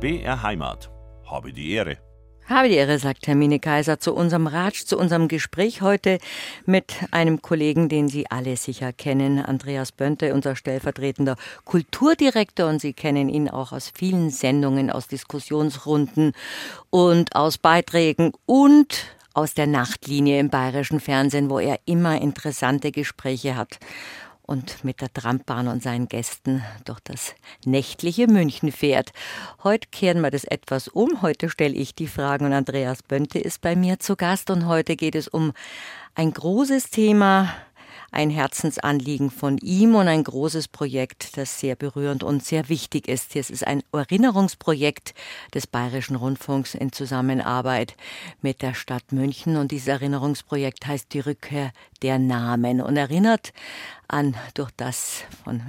BR Heimat. Habe die Ehre. Habe die Ehre, sagt Hermine Kaiser zu unserem Ratsch, zu unserem Gespräch heute mit einem Kollegen, den Sie alle sicher kennen, Andreas Bönte, unser stellvertretender Kulturdirektor. Und Sie kennen ihn auch aus vielen Sendungen, aus Diskussionsrunden und aus Beiträgen und aus der Nachtlinie im Bayerischen Fernsehen, wo er immer interessante Gespräche hat und mit der Trambahn und seinen Gästen durch das nächtliche München fährt. Heute kehren wir das etwas um. Heute stelle ich die Fragen und Andreas Bönte ist bei mir zu Gast. Und heute geht es um ein großes Thema, ein Herzensanliegen von ihm und ein großes Projekt, das sehr berührend und sehr wichtig ist. Es ist ein Erinnerungsprojekt des Bayerischen Rundfunks in Zusammenarbeit mit der Stadt München. Und dieses Erinnerungsprojekt heißt die Rückkehr der Namen und erinnert an durch das von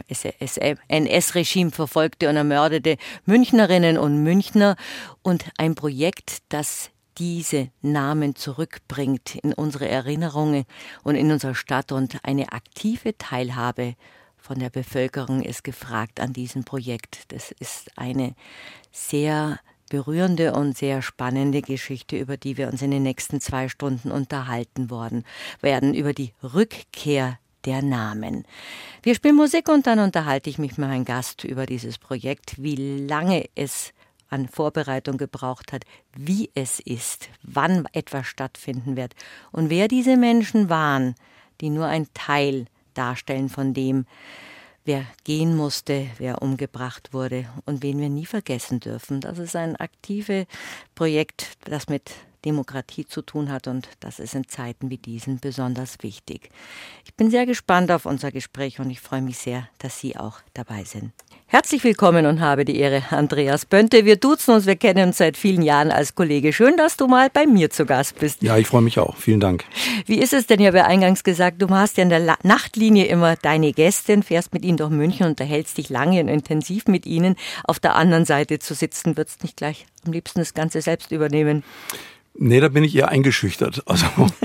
NS-Regime verfolgte und ermordete Münchnerinnen und Münchner und ein Projekt, das diese Namen zurückbringt in unsere Erinnerungen und in unserer Stadt. Und eine aktive Teilhabe von der Bevölkerung ist gefragt an diesem Projekt. Das ist eine sehr berührende und sehr spannende Geschichte, über die wir uns in den nächsten 2 Stunden unterhalten werden, über die Rückkehr der Namen. Wir spielen Musik und dann unterhalte ich mich mit meinem Gast über dieses Projekt, wie lange es an Vorbereitung gebraucht hat, wie es ist, wann etwas stattfinden wird und wer diese Menschen waren, die nur ein Teil darstellen von dem, wer gehen musste, wer umgebracht wurde und wen wir nie vergessen dürfen. Das ist ein aktives Projekt, das mit Demokratie zu tun hat und das ist in Zeiten wie diesen besonders wichtig. Ich bin sehr gespannt auf unser Gespräch und ich freue mich sehr, dass Sie auch dabei sind. Herzlich willkommen und habe die Ehre, Andreas Bönte. Wir duzen uns, wir kennen uns seit vielen Jahren als Kollege. Schön, dass du mal bei mir zu Gast bist. Ja, ich freue mich auch. Vielen Dank. Wie ist es denn, ich habe ja eingangs gesagt, du hast ja in der Nachtlinie immer deine Gäste, fährst mit ihnen durch München, unterhältst dich lange und intensiv mit ihnen. Auf der anderen Seite zu sitzen, würdest nicht gleich am liebsten das Ganze selbst übernehmen? Nee, da bin ich eher eingeschüchtert. Also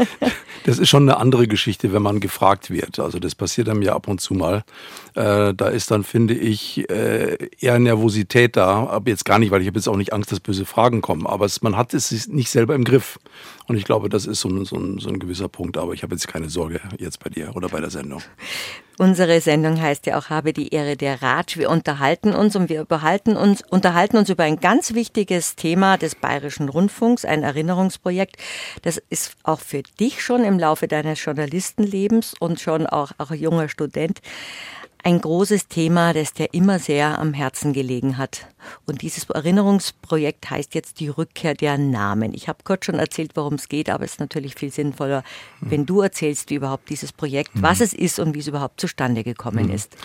das ist schon eine andere Geschichte, wenn man gefragt wird. Also das passiert einem ja ab und zu mal. Da ist dann, finde ich, eher Nervosität da. Aber jetzt gar nicht, weil ich habe jetzt auch nicht Angst, dass böse Fragen kommen. Aber man hat es nicht selber im Griff. Und ich glaube, das ist so ein gewisser Punkt. Aber ich habe jetzt keine Sorge jetzt bei dir oder bei der Sendung. Unsere Sendung heißt ja auch, habe die Ehre der Ratsch. Wir unterhalten uns unterhalten uns über ein ganz wichtiges Thema des Bayerischen Rundfunks, ein Erinnerungsprojekt. Das ist auch für dich schon im Laufe deines Journalistenlebens und schon auch junger Student ein großes Thema, das dir immer sehr am Herzen gelegen hat. Und dieses Erinnerungsprojekt heißt jetzt die Rückkehr der Namen. Ich habe kurz schon erzählt, worum es geht, aber es ist natürlich viel sinnvoller, wenn du erzählst, wie überhaupt dieses Projekt, was es ist und wie es überhaupt zustande gekommen ist.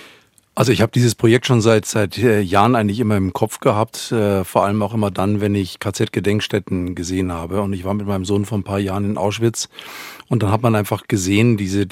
Also ich habe dieses Projekt schon seit Jahren eigentlich immer im Kopf gehabt, vor allem auch immer dann, wenn ich KZ-Gedenkstätten gesehen habe. Und ich war mit meinem Sohn vor ein paar Jahren in Auschwitz und dann hat man einfach gesehen, diese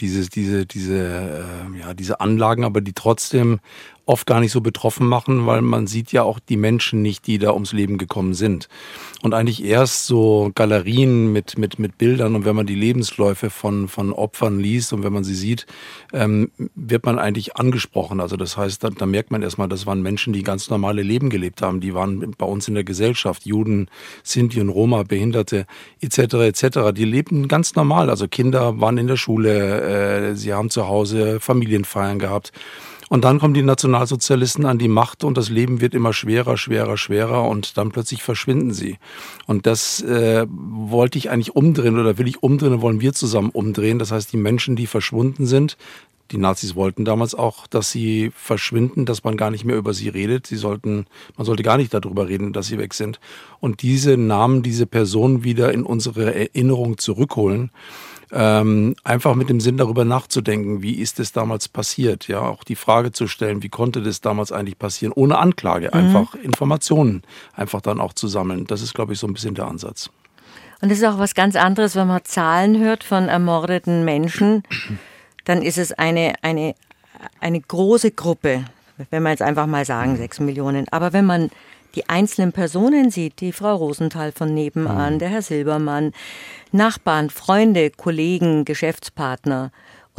Anlagen, aber die trotzdem oft gar nicht so betroffen machen, weil man sieht ja auch die Menschen nicht, die da ums Leben gekommen sind. Und eigentlich erst so Galerien mit Bildern und wenn man die Lebensläufe von Opfern liest und wenn man sie sieht, wird man eigentlich angesprochen. Also das heißt, da merkt man erstmal, das waren Menschen, die ganz normale Leben gelebt haben. Die waren bei uns in der Gesellschaft, Juden, Sinti und Roma, Behinderte etc. etc. Die lebten ganz normal. Also Kinder waren in der Schule, sie haben zu Hause Familienfeiern gehabt. Und dann kommen die Nationalsozialisten an die Macht und das Leben wird immer schwerer und dann plötzlich verschwinden sie. Und das wollte ich eigentlich umdrehen oder will ich umdrehen und wollen wir zusammen umdrehen. Das heißt, die Menschen, die verschwunden sind, die Nazis wollten damals auch, dass sie verschwinden, dass man gar nicht mehr über sie redet. Man sollte gar nicht darüber reden, dass sie weg sind. Und diese Namen, diese Personen wieder in unsere Erinnerung zurückholen. Einfach mit dem Sinn darüber nachzudenken, wie ist es damals passiert, ja, auch die Frage zu stellen, wie konnte das damals eigentlich passieren, ohne Anklage, einfach Informationen einfach dann auch zu sammeln. Das ist, glaube ich, so ein bisschen der Ansatz. Und es ist auch was ganz anderes, wenn man Zahlen hört von ermordeten Menschen, dann ist es eine große Gruppe, wenn wir jetzt einfach mal sagen 6 Millionen, aber wenn man die einzelnen Personen sieht, die Frau Rosenthal von nebenan, der Herr Silbermann, Nachbarn, Freunde, Kollegen, Geschäftspartner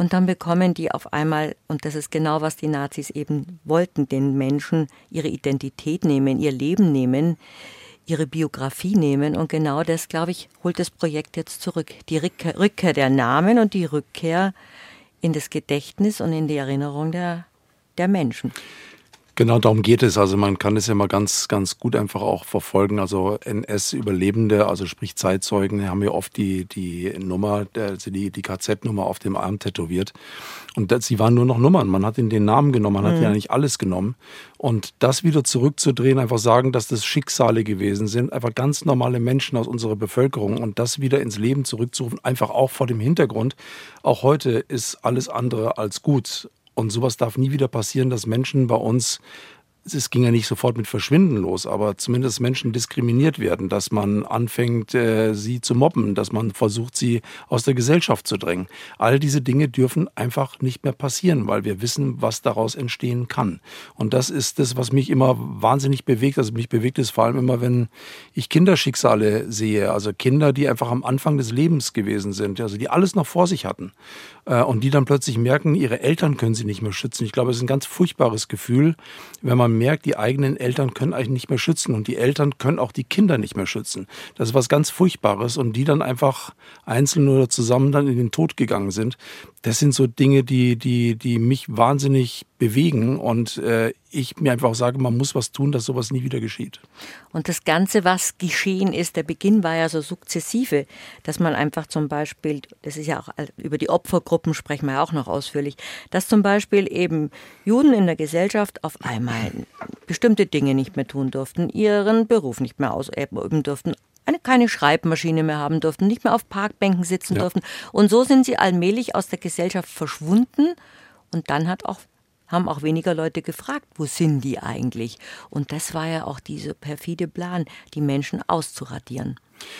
Und dann bekommen die auf einmal, und das ist genau, was die Nazis eben wollten, den Menschen ihre Identität nehmen, ihr Leben nehmen, ihre Biografie nehmen. Und genau das, glaube ich, holt das Projekt jetzt zurück. Die Rückkehr der Namen und die Rückkehr in das Gedächtnis und in die Erinnerung der Menschen. Genau, darum geht es. Also man kann es ja mal ganz, ganz gut einfach auch verfolgen. Also NS-Überlebende, also sprich Zeitzeugen, haben ja oft die Nummer, also die KZ-Nummer auf dem Arm tätowiert. Und sie waren nur noch Nummern. Man hat ihnen den Namen genommen, man hat ja nicht alles genommen. Und das wieder zurückzudrehen, einfach sagen, dass das Schicksale gewesen sind, einfach ganz normale Menschen aus unserer Bevölkerung und das wieder ins Leben zurückzurufen, einfach auch vor dem Hintergrund. Auch heute ist alles andere als gut. Und sowas darf nie wieder passieren, dass Menschen bei uns, es ging ja nicht sofort mit Verschwinden los, aber zumindest Menschen diskriminiert werden, dass man anfängt, sie zu mobben, dass man versucht, sie aus der Gesellschaft zu drängen. All diese Dinge dürfen einfach nicht mehr passieren, weil wir wissen, was daraus entstehen kann. Und das ist das, was mich immer wahnsinnig bewegt. Also mich bewegt es vor allem immer, wenn ich Kinderschicksale sehe, also Kinder, die einfach am Anfang des Lebens gewesen sind, also die alles noch vor sich hatten. Und die dann plötzlich merken, ihre Eltern können sie nicht mehr schützen. Ich glaube, es ist ein ganz furchtbares Gefühl, wenn man merkt, die eigenen Eltern können eigentlich nicht mehr schützen und die Eltern können auch die Kinder nicht mehr schützen. Das ist was ganz Furchtbares und die dann einfach einzeln oder zusammen dann in den Tod gegangen sind. Das sind so Dinge, die mich wahnsinnig bewegen und ich mir einfach sage, man muss was tun, dass sowas nie wieder geschieht. Und das Ganze, was geschehen ist, der Beginn war ja so sukzessive, dass man einfach zum Beispiel, das ist ja auch, über die Opfergruppen sprechen wir ja auch noch ausführlich, dass zum Beispiel eben Juden in der Gesellschaft auf einmal bestimmte Dinge nicht mehr tun durften, ihren Beruf nicht mehr ausüben durften, keine Schreibmaschine mehr haben durften, nicht mehr auf Parkbänken sitzen durften. Und so sind sie allmählich aus der Gesellschaft verschwunden und dann haben auch weniger Leute gefragt, wo sind die eigentlich? Und das war ja auch dieser perfide Plan, die Menschen auszuradieren.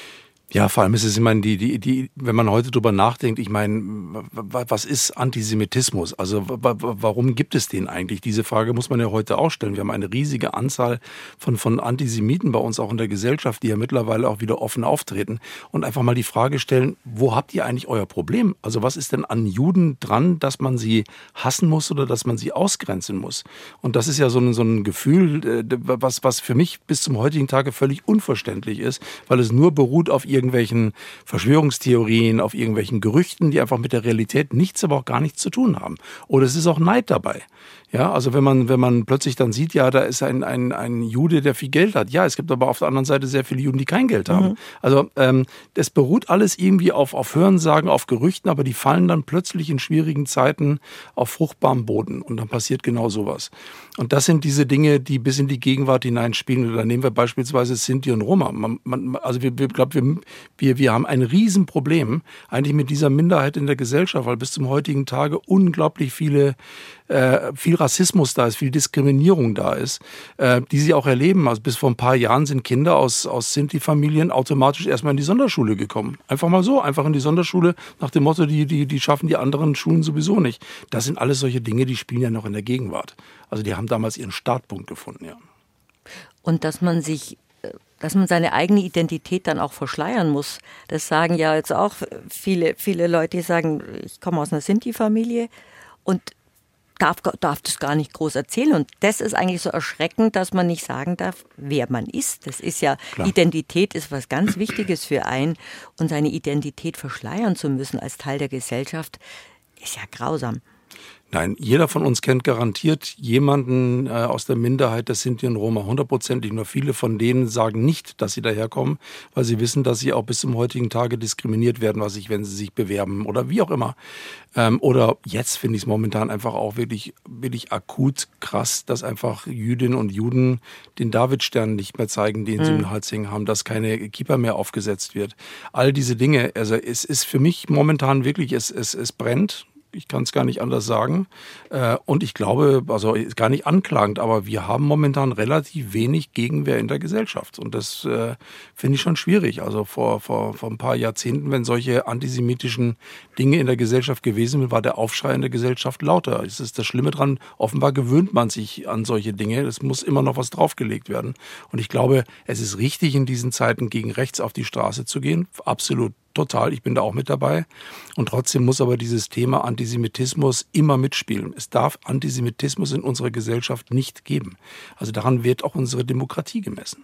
Ja, vor allem ist es, ich meine, wenn man heute drüber nachdenkt, ich meine, was ist Antisemitismus? Also warum gibt es den eigentlich? Diese Frage muss man ja heute auch stellen. Wir haben eine riesige Anzahl von Antisemiten bei uns auch in der Gesellschaft, die ja mittlerweile auch wieder offen auftreten und einfach mal die Frage stellen, wo habt ihr eigentlich euer Problem? Also was ist denn an Juden dran, dass man sie hassen muss oder dass man sie ausgrenzen muss? Und das ist ja so ein Gefühl, was für mich bis zum heutigen Tage völlig unverständlich ist, weil es nur beruht auf irgendwelchen Verschwörungstheorien, auf irgendwelchen Gerüchten, die einfach mit der Realität nichts, aber auch gar nichts zu tun haben. Oder es ist auch Neid dabei. Ja, also wenn man plötzlich dann sieht, ja, da ist ein Jude, der viel Geld hat. Ja, es gibt aber auf der anderen Seite sehr viele Juden, die kein Geld haben. Also das beruht alles irgendwie auf Hörensagen, auf Gerüchten, aber die fallen dann plötzlich in schwierigen Zeiten auf fruchtbarem Boden und dann passiert genau sowas. Und das sind diese Dinge, die bis in die Gegenwart hineinspielen. Oder nehmen wir beispielsweise Sinti und Roma. Also wir haben ein Riesenproblem eigentlich mit dieser Minderheit in der Gesellschaft, weil bis zum heutigen Tage unglaublich viel Rassismus da ist, viel Diskriminierung da ist, die sie auch erleben. Also bis vor ein paar Jahren sind Kinder aus Sinti-Familien automatisch erstmal in die Sonderschule gekommen. Einfach mal so, einfach in die Sonderschule nach dem Motto, die schaffen die anderen Schulen sowieso nicht. Das sind alles solche Dinge, die spielen ja noch in der Gegenwart. Also die haben damals ihren Startpunkt gefunden, ja. Und dass man seine eigene Identität dann auch verschleiern muss. Das sagen ja jetzt auch viele Leute, die sagen, ich komme aus einer Sinti-Familie und darf das gar nicht groß erzählen. Und das ist eigentlich so erschreckend, dass man nicht sagen darf, wer man ist. Das ist ja, klar. Identität ist was ganz Wichtiges für einen. Und seine Identität verschleiern zu müssen als Teil der Gesellschaft, ist ja grausam. Nein, jeder von uns kennt garantiert jemanden aus der Minderheit der Sinti und Roma, 100%. Nur viele von denen sagen nicht, dass sie daherkommen, weil sie wissen, dass sie auch bis zum heutigen Tage diskriminiert werden, wenn sie sich bewerben oder wie auch immer. Oder jetzt finde ich es momentan einfach auch wirklich, wirklich akut krass, dass einfach Jüdinnen und Juden den Davidstern nicht mehr zeigen, den sie im Hals hängen haben, dass keine Kippa mehr aufgesetzt wird. All diese Dinge, also es ist für mich momentan wirklich, es brennt. Ich kann es gar nicht anders sagen. Und ich glaube, also gar nicht anklagend, aber wir haben momentan relativ wenig Gegenwehr in der Gesellschaft. Und das finde ich schon schwierig. Also vor ein paar Jahrzehnten, wenn solche antisemitischen Dinge in der Gesellschaft gewesen sind, war der Aufschrei in der Gesellschaft lauter. Es ist das Schlimme dran, offenbar gewöhnt man sich an solche Dinge. Es muss immer noch was draufgelegt werden. Und ich glaube, es ist richtig, in diesen Zeiten gegen rechts auf die Straße zu gehen. Absolut total, ich bin da auch mit dabei. Und trotzdem muss aber dieses Thema Antisemitismus immer mitspielen. Es darf Antisemitismus in unserer Gesellschaft nicht geben. Also daran wird auch unsere Demokratie gemessen.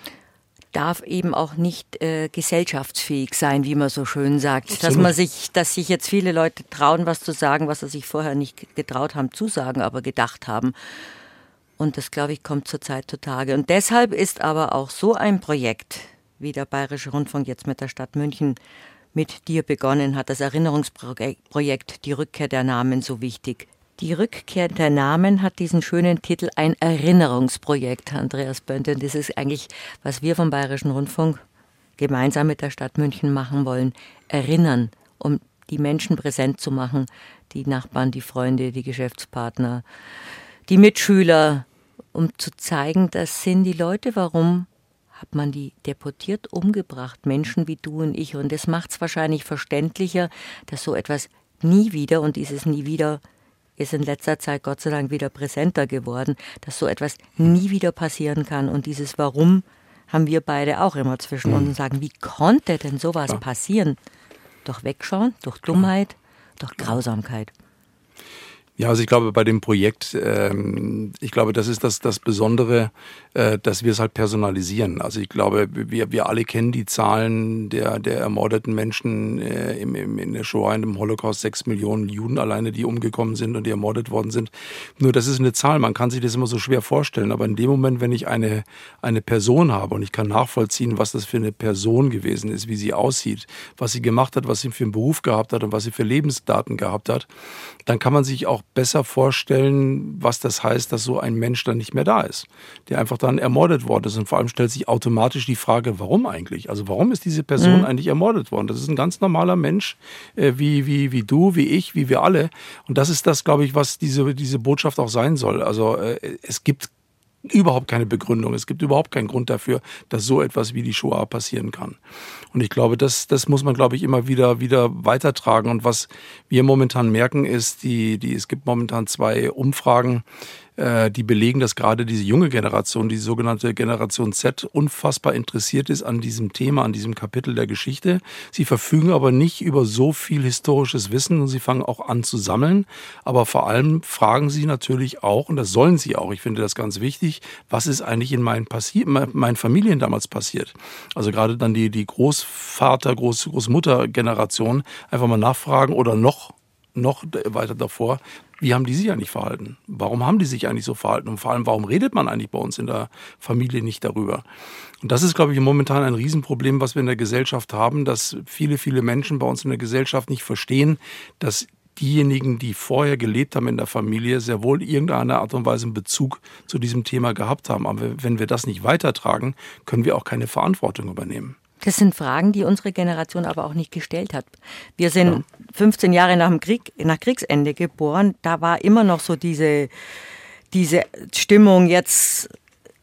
Darf eben auch nicht gesellschaftsfähig sein, wie man so schön sagt. Absolut. Dass sich jetzt viele Leute trauen, was zu sagen, was sie sich vorher nicht getraut haben zu sagen, aber gedacht haben. Und das, glaube ich, kommt zurzeit zutage. Und deshalb ist aber auch so ein Projekt, wie der Bayerische Rundfunk jetzt mit der Stadt München mit dir begonnen hat, das Erinnerungsprojekt Die Rückkehr der Namen, so wichtig. Die Rückkehr der Namen hat diesen schönen Titel, ein Erinnerungsprojekt, Andreas Bönte. Und das ist eigentlich, was wir vom Bayerischen Rundfunk gemeinsam mit der Stadt München machen wollen. Erinnern, um die Menschen präsent zu machen, die Nachbarn, die Freunde, die Geschäftspartner, die Mitschüler, um zu zeigen, das sind die Leute, warum hat man die deportiert, umgebracht, Menschen wie du und ich. Und das macht es wahrscheinlich verständlicher, dass so etwas nie wieder, und dieses nie wieder ist in letzter Zeit Gott sei Dank wieder präsenter geworden, dass so etwas nie wieder passieren kann. Und dieses Warum haben wir beide auch immer zwischen uns und sagen, wie konnte denn sowas passieren? Durch Wegschauen, durch Dummheit, durch Grausamkeit. Ja, also ich glaube, bei dem Projekt, ich glaube, das ist das Besondere, dass wir es halt personalisieren. Also ich glaube, wir alle kennen die Zahlen der ermordeten Menschen in der Shoah, in dem Holocaust, 6 Millionen Juden alleine, die umgekommen sind und die ermordet worden sind. Nur das ist eine Zahl, man kann sich das immer so schwer vorstellen. Aber in dem Moment, wenn ich eine Person habe und ich kann nachvollziehen, was das für eine Person gewesen ist, wie sie aussieht, was sie gemacht hat, was sie für einen Beruf gehabt hat und was sie für Lebensdaten gehabt hat, dann kann man sich auch besser vorstellen, was das heißt, dass so ein Mensch dann nicht mehr da ist, der einfach dann ermordet worden ist. Und vor allem stellt sich automatisch die Frage, warum eigentlich? Also warum ist diese Person eigentlich ermordet worden? Das ist ein ganz normaler Mensch, wie du, wie ich, wie wir alle. Und das ist das, glaube ich, was diese Botschaft auch sein soll. Also es gibt überhaupt keine Begründung. Es gibt überhaupt keinen Grund dafür, dass so etwas wie die Shoah passieren kann. Und ich glaube, das muss man, glaube ich, immer wieder weitertragen. Und was wir momentan merken, ist, es gibt momentan 2 Umfragen, die belegen, dass gerade diese junge Generation, die sogenannte Generation Z, unfassbar interessiert ist an diesem Thema, an diesem Kapitel der Geschichte. Sie verfügen aber nicht über so viel historisches Wissen und sie fangen auch an zu sammeln. Aber vor allem fragen sie natürlich auch, und das sollen sie auch, ich finde das ganz wichtig, was ist eigentlich in meinen Familien damals passiert? Also gerade dann die Großvater, Großmutter-Generation einfach mal nachfragen oder noch weiter davor, wie haben die sich eigentlich verhalten? Warum haben die sich eigentlich so verhalten? Und vor allem, warum redet man eigentlich bei uns in der Familie nicht darüber? Und das ist, glaube ich, momentan ein Riesenproblem, was wir in der Gesellschaft haben, dass viele, viele Menschen bei uns in der Gesellschaft nicht verstehen, dass diejenigen, die vorher gelebt haben in der Familie, sehr wohl irgendeine Art und Weise einen Bezug zu diesem Thema gehabt haben. Aber wenn wir das nicht weitertragen, können wir auch keine Verantwortung übernehmen. Das sind Fragen, die unsere Generation aber auch nicht gestellt hat. Wir sind 15 Jahre nach Kriegsende geboren. Da war immer noch so diese Stimmung, jetzt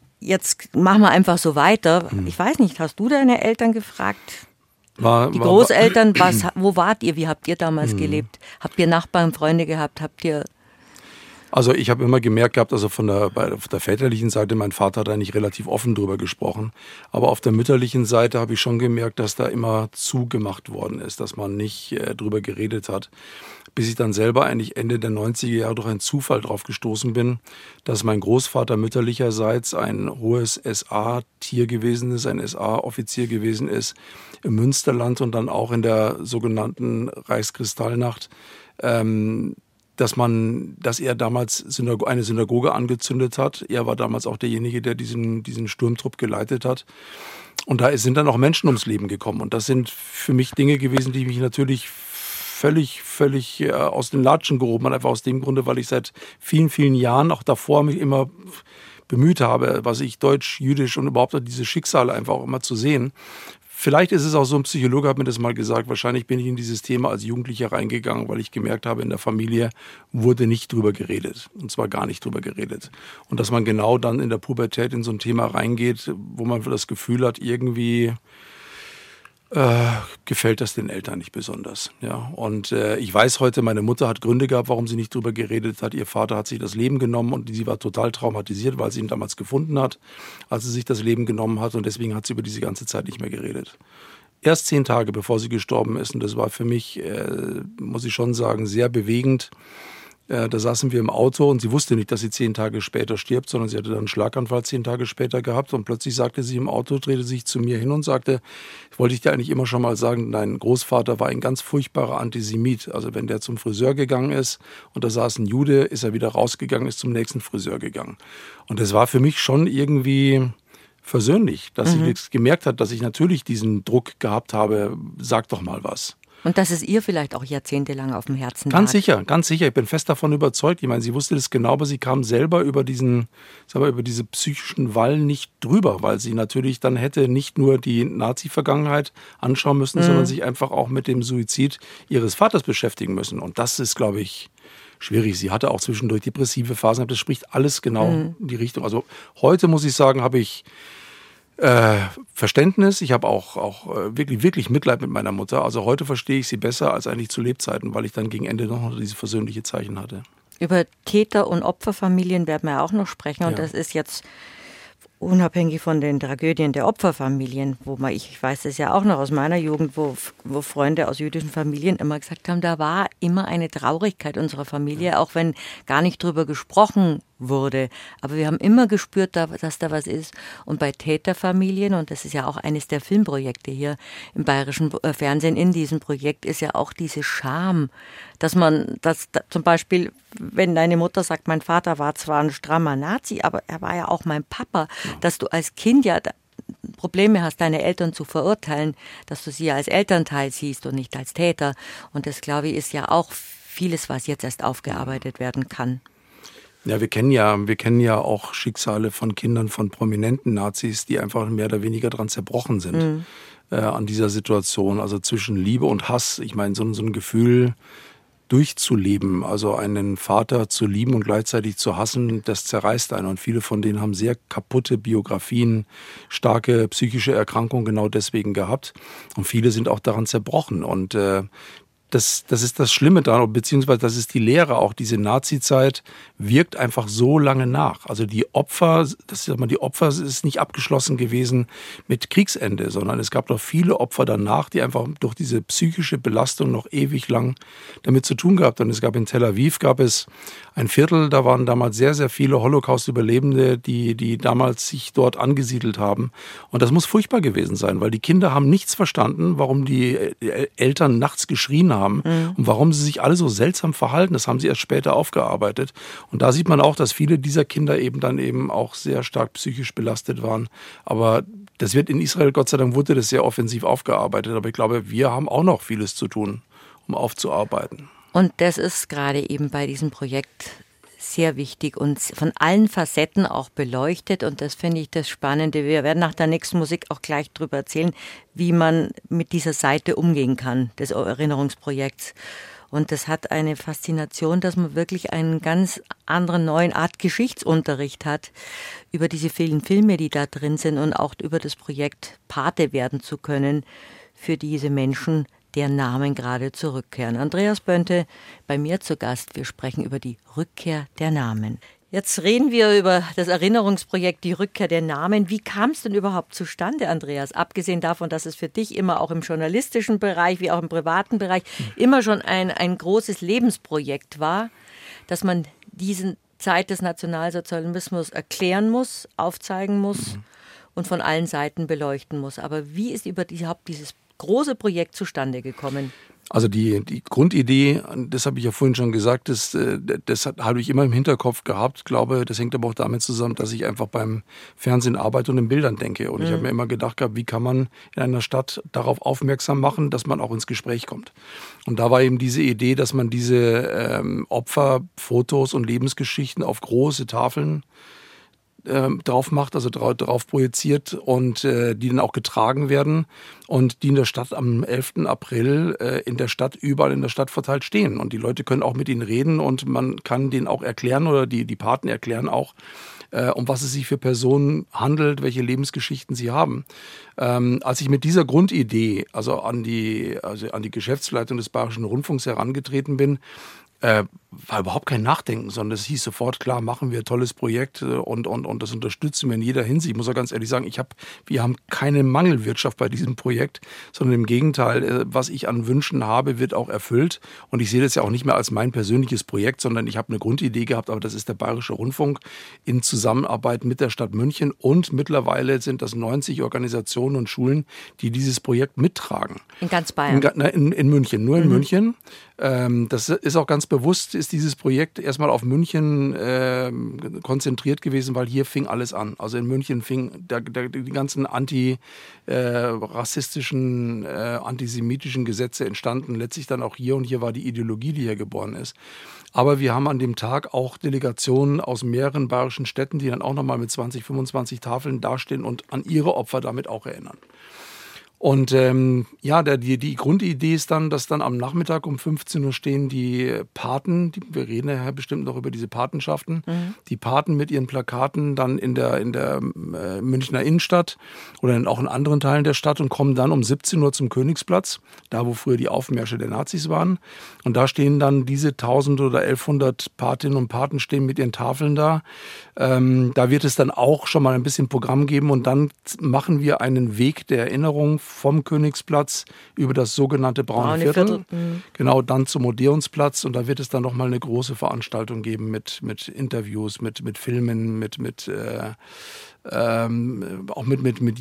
machen wir einfach so weiter. Ich weiß nicht, hast du deine Eltern gefragt? Die Großeltern, wo wart ihr? Wie habt ihr damals gelebt? Habt ihr Nachbarn, Freunde gehabt? Also ich habe immer gemerkt gehabt, also auf der väterlichen Seite, mein Vater hat eigentlich relativ offen drüber gesprochen, aber auf der mütterlichen Seite habe ich schon gemerkt, dass da immer zugemacht worden ist, dass man nicht drüber geredet hat, bis ich dann selber eigentlich Ende der 90er Jahre durch einen Zufall drauf gestoßen bin, dass mein Großvater mütterlicherseits ein hohes SA-Tier gewesen ist, ein SA-Offizier gewesen ist im Münsterland und dann auch in der sogenannten Reichskristallnacht, dass er damals eine Synagoge angezündet hat. Er war damals auch derjenige, der diesen Sturmtrupp geleitet hat. Und da sind dann auch Menschen ums Leben gekommen. Und das sind für mich Dinge gewesen, die mich natürlich völlig aus den Latschen gehoben haben. Einfach aus dem Grunde, weil ich seit vielen, vielen Jahren auch davor mich immer bemüht habe, deutsch, jüdisch und überhaupt diese Schicksale einfach auch immer zu sehen. Vielleicht ist es auch so, ein Psychologe hat mir das mal gesagt, wahrscheinlich bin ich in dieses Thema als Jugendlicher reingegangen, weil ich gemerkt habe, in der Familie wurde nicht drüber geredet. Und zwar gar nicht drüber geredet. Und dass man genau dann in der Pubertät in so ein Thema reingeht, wo man das Gefühl hat, irgendwie gefällt das den Eltern nicht besonders. Ja. Und ich weiß heute, meine Mutter hat Gründe gehabt, warum sie nicht drüber geredet hat. Ihr Vater hat sich das Leben genommen und sie war total traumatisiert, weil sie ihn damals gefunden hat, als sie sich das Leben genommen hat. Und deswegen hat sie über diese ganze Zeit nicht mehr geredet. erst 10 Tage, bevor sie gestorben ist. Und das war für mich, muss ich schon sagen, sehr bewegend. Da saßen wir im Auto und sie wusste nicht, dass sie 10 Tage später stirbt, sondern sie hatte dann einen Schlaganfall 10 Tage später gehabt. Und plötzlich sagte sie im Auto, drehte sich zu mir hin und sagte, wollte ich dir eigentlich immer schon mal sagen, dein Großvater war ein ganz furchtbarer Antisemit. Also wenn der zum Friseur gegangen ist und da saß ein Jude, ist er wieder rausgegangen, ist zum nächsten Friseur gegangen. Und das war für mich schon irgendwie versöhnlich, dass sie jetzt gemerkt hat, dass ich natürlich diesen Druck gehabt habe, sag doch mal was. Und dass es ihr vielleicht auch jahrzehntelang auf dem Herzen lag. Ganz sicher, ganz sicher. Ich bin fest davon überzeugt. Ich meine, sie wusste das genau, aber sie kam selber über diese psychischen Wall nicht drüber, weil sie natürlich dann hätte nicht nur die Nazi-Vergangenheit anschauen müssen, sondern sich einfach auch mit dem Suizid ihres Vaters beschäftigen müssen. Und das ist, glaube ich, schwierig. Sie hatte auch zwischendurch depressive Phasen. Das spricht alles genau in die Richtung. Also heute, muss ich sagen, habe ich Verständnis. Ich habe auch wirklich Mitleid mit meiner Mutter. Also heute verstehe ich sie besser als eigentlich zu Lebzeiten, weil ich dann gegen Ende noch diese versöhnliche Zeichen hatte. Über Täter- und Opferfamilien werden wir auch noch sprechen. Und das ist jetzt unabhängig von den Tragödien der Opferfamilien, ich weiß es ja auch noch aus meiner Jugend, wo Freunde aus jüdischen Familien immer gesagt haben, da war immer eine Traurigkeit unserer Familie, auch wenn gar nicht drüber gesprochen wurde. Aber wir haben immer gespürt, dass da was ist. Und bei Täterfamilien, und das ist ja auch eines der Filmprojekte hier im Bayerischen Fernsehen, in diesem Projekt ist ja auch diese Scham, dass zum Beispiel, wenn deine Mutter sagt, mein Vater war zwar ein strammer Nazi, aber er war ja auch mein Papa, dass du als Kind ja Probleme hast, deine Eltern zu verurteilen, dass du sie als Elternteil siehst und nicht als Täter. Und das, glaube ich, ist ja auch vieles, was jetzt erst aufgearbeitet werden kann. Ja, wir kennen ja auch Schicksale von Kindern von prominenten Nazis, die einfach mehr oder weniger dran zerbrochen sind an dieser Situation. Also zwischen Liebe und Hass. Ich meine, so ein Gefühl durchzuleben, also einen Vater zu lieben und gleichzeitig zu hassen, das zerreißt einen. Und viele von denen haben sehr kaputte Biografien, starke psychische Erkrankungen genau deswegen gehabt. Und viele sind auch daran zerbrochen. Und das ist das Schlimme daran, beziehungsweise das ist die Lehre auch. Diese Nazi-Zeit wirkt einfach so lange nach. Also die Opfer ist nicht abgeschlossen gewesen mit Kriegsende, sondern es gab noch viele Opfer danach, die einfach durch diese psychische Belastung noch ewig lang damit zu tun gehabt haben. Es gab in Tel Aviv ein Viertel, da waren damals sehr, sehr viele Holocaust-Überlebende, die damals sich dort angesiedelt haben. Und das muss furchtbar gewesen sein, weil die Kinder haben nichts verstanden, warum die Eltern nachts geschrien haben und warum sie sich alle so seltsam verhalten. Das haben sie erst später aufgearbeitet. Und da sieht man auch, dass viele dieser Kinder eben auch sehr stark psychisch belastet waren. Aber das wird in Israel, Gott sei Dank, wurde das sehr offensiv aufgearbeitet. Aber ich glaube, wir haben auch noch vieles zu tun, um aufzuarbeiten. Und das ist gerade eben bei diesem Projekt sehr wichtig und von allen Facetten auch beleuchtet. Und das finde ich das Spannende. Wir werden nach der nächsten Musik auch gleich darüber erzählen, wie man mit dieser Seite umgehen kann, des Erinnerungsprojekts. Und das hat eine Faszination, dass man wirklich einen ganz anderen, neuen Art Geschichtsunterricht hat über diese vielen Filme, die da drin sind und auch über das Projekt Pate werden zu können für diese Menschen, deren Namen gerade zurückkehren. Andreas Bönte bei mir zu Gast. Wir sprechen über die Rückkehr der Namen. Jetzt reden wir über das Erinnerungsprojekt Die Rückkehr der Namen. Wie kam es denn überhaupt zustande, Andreas? Abgesehen davon, dass es für dich immer auch im journalistischen Bereich wie auch im privaten Bereich immer schon ein großes Lebensprojekt war, dass man diese Zeit des Nationalsozialismus erklären muss, aufzeigen muss und von allen Seiten beleuchten muss. Aber wie ist überhaupt dieses große Projekt zustande gekommen? Also die Grundidee, das habe ich ja vorhin schon gesagt, das habe ich immer im Hinterkopf gehabt. Ich glaube, das hängt aber auch damit zusammen, dass ich einfach beim Fernsehen arbeite und in Bildern denke. Und ich habe mir immer gedacht gehabt, wie kann man in einer Stadt darauf aufmerksam machen, dass man auch ins Gespräch kommt. Und da war eben diese Idee, dass man diese Opferfotos und Lebensgeschichten auf große Tafeln drauf macht, also drauf projiziert und die dann auch getragen werden und die in der Stadt am 11. April überall in der Stadt verteilt stehen. Und die Leute können auch mit ihnen reden und man kann denen auch erklären oder die Paten erklären auch, um was es sich für Personen handelt, welche Lebensgeschichten sie haben. Als ich mit dieser Grundidee, also an die Geschäftsleitung des Bayerischen Rundfunks herangetreten bin, war überhaupt kein Nachdenken, sondern es hieß sofort, klar, machen wir, tolles Projekt und das unterstützen wir in jeder Hinsicht. Ich muss auch ganz ehrlich sagen, wir haben keine Mangelwirtschaft bei diesem Projekt, sondern im Gegenteil, was ich an Wünschen habe, wird auch erfüllt. Und ich sehe das ja auch nicht mehr als mein persönliches Projekt, sondern ich habe eine Grundidee gehabt, aber das ist der Bayerische Rundfunk in Zusammenarbeit mit der Stadt München, und mittlerweile sind das 90 Organisationen und Schulen, die dieses Projekt mittragen. In ganz Bayern? In München, nur in München. Das ist auch ganz bewusst, ist dieses Projekt erstmal auf München konzentriert gewesen, weil hier fing alles an. Also in München fing die ganzen rassistischen, antisemitischen Gesetze entstanden, letztlich dann auch hier, und hier war die Ideologie, die hier geboren ist. Aber wir haben an dem Tag auch Delegationen aus mehreren bayerischen Städten, die dann auch nochmal mit 20, 25 Tafeln dastehen und an ihre Opfer damit auch erinnern. Und die Grundidee ist dann, dass dann am Nachmittag um 15 Uhr stehen die Paten, wir reden ja bestimmt noch über diese Patenschaften, die Paten mit ihren Plakaten dann in der Münchner Innenstadt oder auch in anderen Teilen der Stadt und kommen dann um 17 Uhr zum Königsplatz, da wo früher die Aufmärsche der Nazis waren. Und da stehen dann diese 1000 oder 1100 Patinnen und Paten stehen mit ihren Tafeln da. Da wird es dann auch schon mal ein bisschen Programm geben, und dann machen wir einen Weg der Erinnerung vom Königsplatz über das sogenannte Braune Viertel. Genau, dann zum Odeonsplatz, und da wird es dann nochmal eine große Veranstaltung geben mit Interviews, mit Filmen, auch mit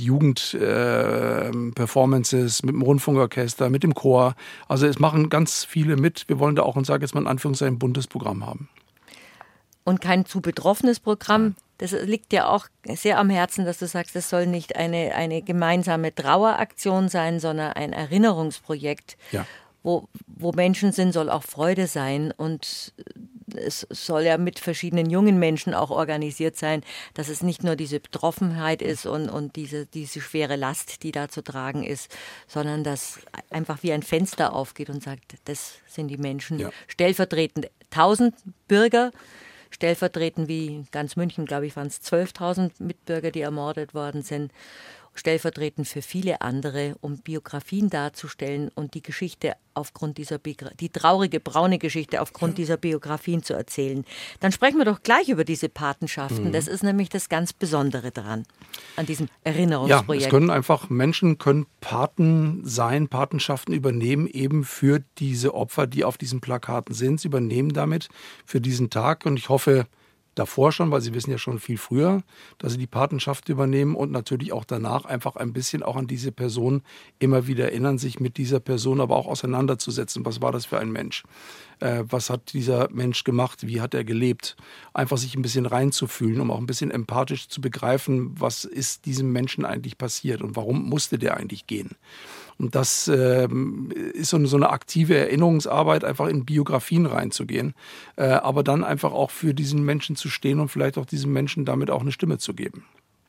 Jugend-Performances, mit dem Rundfunkorchester, mit dem Chor. Also es machen ganz viele mit. Wir wollen da auch, und sage jetzt mal in Anführungszeichen, ein buntes Programm haben. Und kein zu betroffenes Programm. Das liegt ja auch sehr am Herzen, dass du sagst, das soll nicht eine gemeinsame Traueraktion sein, sondern ein Erinnerungsprojekt. Ja. Wo Menschen sind, soll auch Freude sein, und es soll ja mit verschiedenen jungen Menschen auch organisiert sein, dass es nicht nur diese Betroffenheit ist und diese schwere Last, die da zu tragen ist, sondern dass einfach wie ein Fenster aufgeht und sagt, das sind die Menschen, stellvertretend 1000 Bürger, stellvertretend wie in ganz München, glaube ich, waren es 12.000 Mitbürger, die ermordet worden sind, stellvertretend für viele andere, um Biografien darzustellen und die Geschichte aufgrund die traurige, braune Geschichte aufgrund dieser Biografien zu erzählen. Dann sprechen wir doch gleich über diese Patenschaften. Das ist nämlich das ganz Besondere daran, an diesem Erinnerungsprojekt. Ja, Menschen können Paten sein, Patenschaften übernehmen, eben für diese Opfer, die auf diesen Plakaten sind. Sie übernehmen damit für diesen Tag, und ich hoffe, davor schon, weil sie wissen ja schon viel früher, dass sie die Patenschaft übernehmen, und natürlich auch danach einfach ein bisschen auch an diese Person immer wieder erinnern, sich mit dieser Person aber auch auseinanderzusetzen. Was war das für ein Mensch? Was hat dieser Mensch gemacht? Wie hat er gelebt? Einfach sich ein bisschen reinzufühlen, um auch ein bisschen empathisch zu begreifen, was ist diesem Menschen eigentlich passiert und warum musste der eigentlich gehen? Und das ist so eine aktive Erinnerungsarbeit, einfach in Biografien reinzugehen, aber dann einfach auch für diesen Menschen zu stehen und vielleicht auch diesem Menschen damit auch eine Stimme zu geben.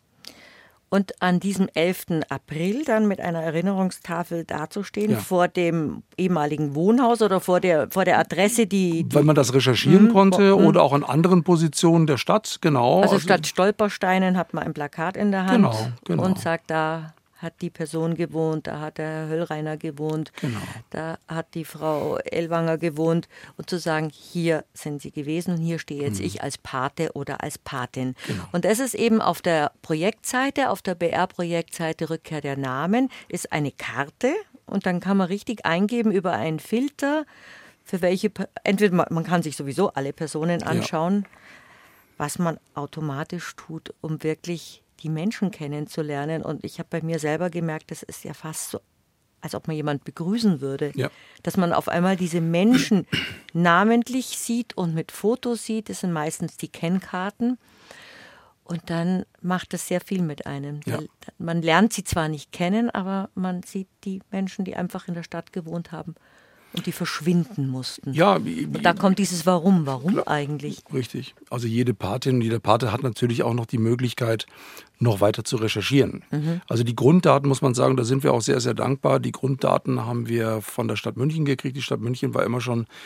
Und an diesem 11. April dann mit einer Erinnerungstafel dazustehen, vor dem ehemaligen Wohnhaus oder vor der Adresse, die weil man das recherchieren konnte oder auch an anderen Positionen der Stadt, genau. Also statt Stolpersteinen hat man ein Plakat in der Hand genau. und sagt, da hat die Person gewohnt, da hat der Herr Höllreiner gewohnt, da hat die Frau Ellwanger gewohnt, und zu sagen, hier sind sie gewesen und hier stehe jetzt ich als Pate oder als Patin. Und das ist eben auf der Projektseite, auf der BR-Projektseite Rückkehr der Namen, ist eine Karte, und dann kann man richtig eingeben über einen Filter, für welche, entweder man kann sich sowieso alle Personen anschauen, was man automatisch tut, um wirklich die Menschen kennenzulernen. Und ich habe bei mir selber gemerkt, das ist ja fast so, als ob man jemand begrüßen würde. Ja. Dass man auf einmal diese Menschen namentlich sieht und mit Fotos sieht. Das sind meistens die Kennkarten. Und dann macht das sehr viel mit einem. Ja. Man lernt sie zwar nicht kennen, aber man sieht die Menschen, die einfach in der Stadt gewohnt haben und die verschwinden mussten. Ja, und da kommt dieses Warum klar, eigentlich? Richtig. Also jede Patin, jeder Pate hat natürlich auch noch die Möglichkeit, noch weiter zu recherchieren. Also die Grunddaten, muss man sagen, da sind wir auch sehr, sehr dankbar. Die Grunddaten haben wir von der Stadt München gekriegt. Die Stadt München war immer schon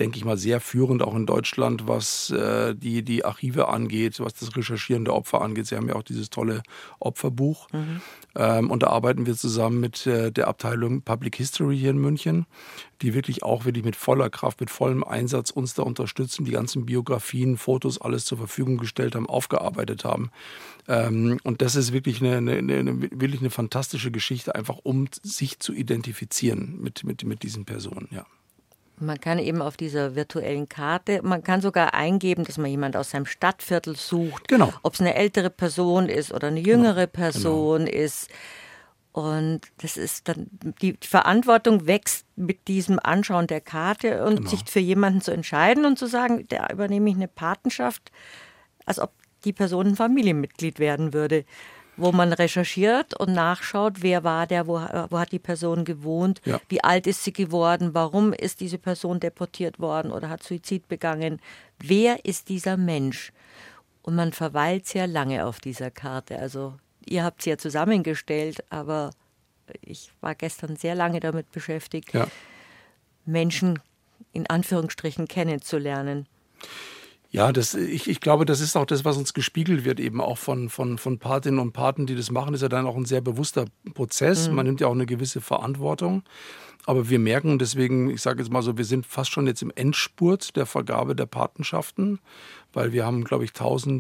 denke ich mal, sehr führend auch in Deutschland, was die Archive angeht, was das Recherchieren der Opfer angeht. Sie haben ja auch dieses tolle Opferbuch. Und da arbeiten wir zusammen mit der Abteilung Public History hier in München, die wirklich mit voller Kraft, mit vollem Einsatz uns da unterstützen, die ganzen Biografien, Fotos, alles zur Verfügung gestellt haben, aufgearbeitet haben. Und das ist wirklich eine fantastische Geschichte, einfach um sich zu identifizieren mit diesen Personen, ja. Man kann eben auf dieser virtuellen Karte, man kann sogar eingeben, dass man jemand aus seinem Stadtviertel sucht. Genau. Ob es eine ältere Person ist oder eine jüngere Person ist. Und das ist dann, die Verantwortung wächst mit diesem Anschauen der Karte und sich für jemanden zu entscheiden und zu sagen, da übernehme ich eine Patenschaft, als ob die Person ein Familienmitglied werden würde. Wo man recherchiert und nachschaut, wer war der, wo hat die Person gewohnt, wie alt ist sie geworden, warum ist diese Person deportiert worden oder hat Suizid begangen, wer ist dieser Mensch? Und man verweilt sehr lange auf dieser Karte. Also ihr habt sie ja zusammengestellt, aber ich war gestern sehr lange damit beschäftigt, Menschen in Anführungsstrichen kennenzulernen. Ja, ich glaube, das ist auch das, was uns gespiegelt wird, eben auch von Patinnen und Paten, die das machen, ist ja dann auch ein sehr bewusster Prozess. Man nimmt ja auch eine gewisse Verantwortung. Aber wir merken deswegen, ich sage jetzt mal so, wir sind fast schon jetzt im Endspurt der Vergabe der Patenschaften, weil wir haben, glaube ich,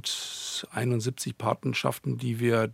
1071 Patenschaften, die wir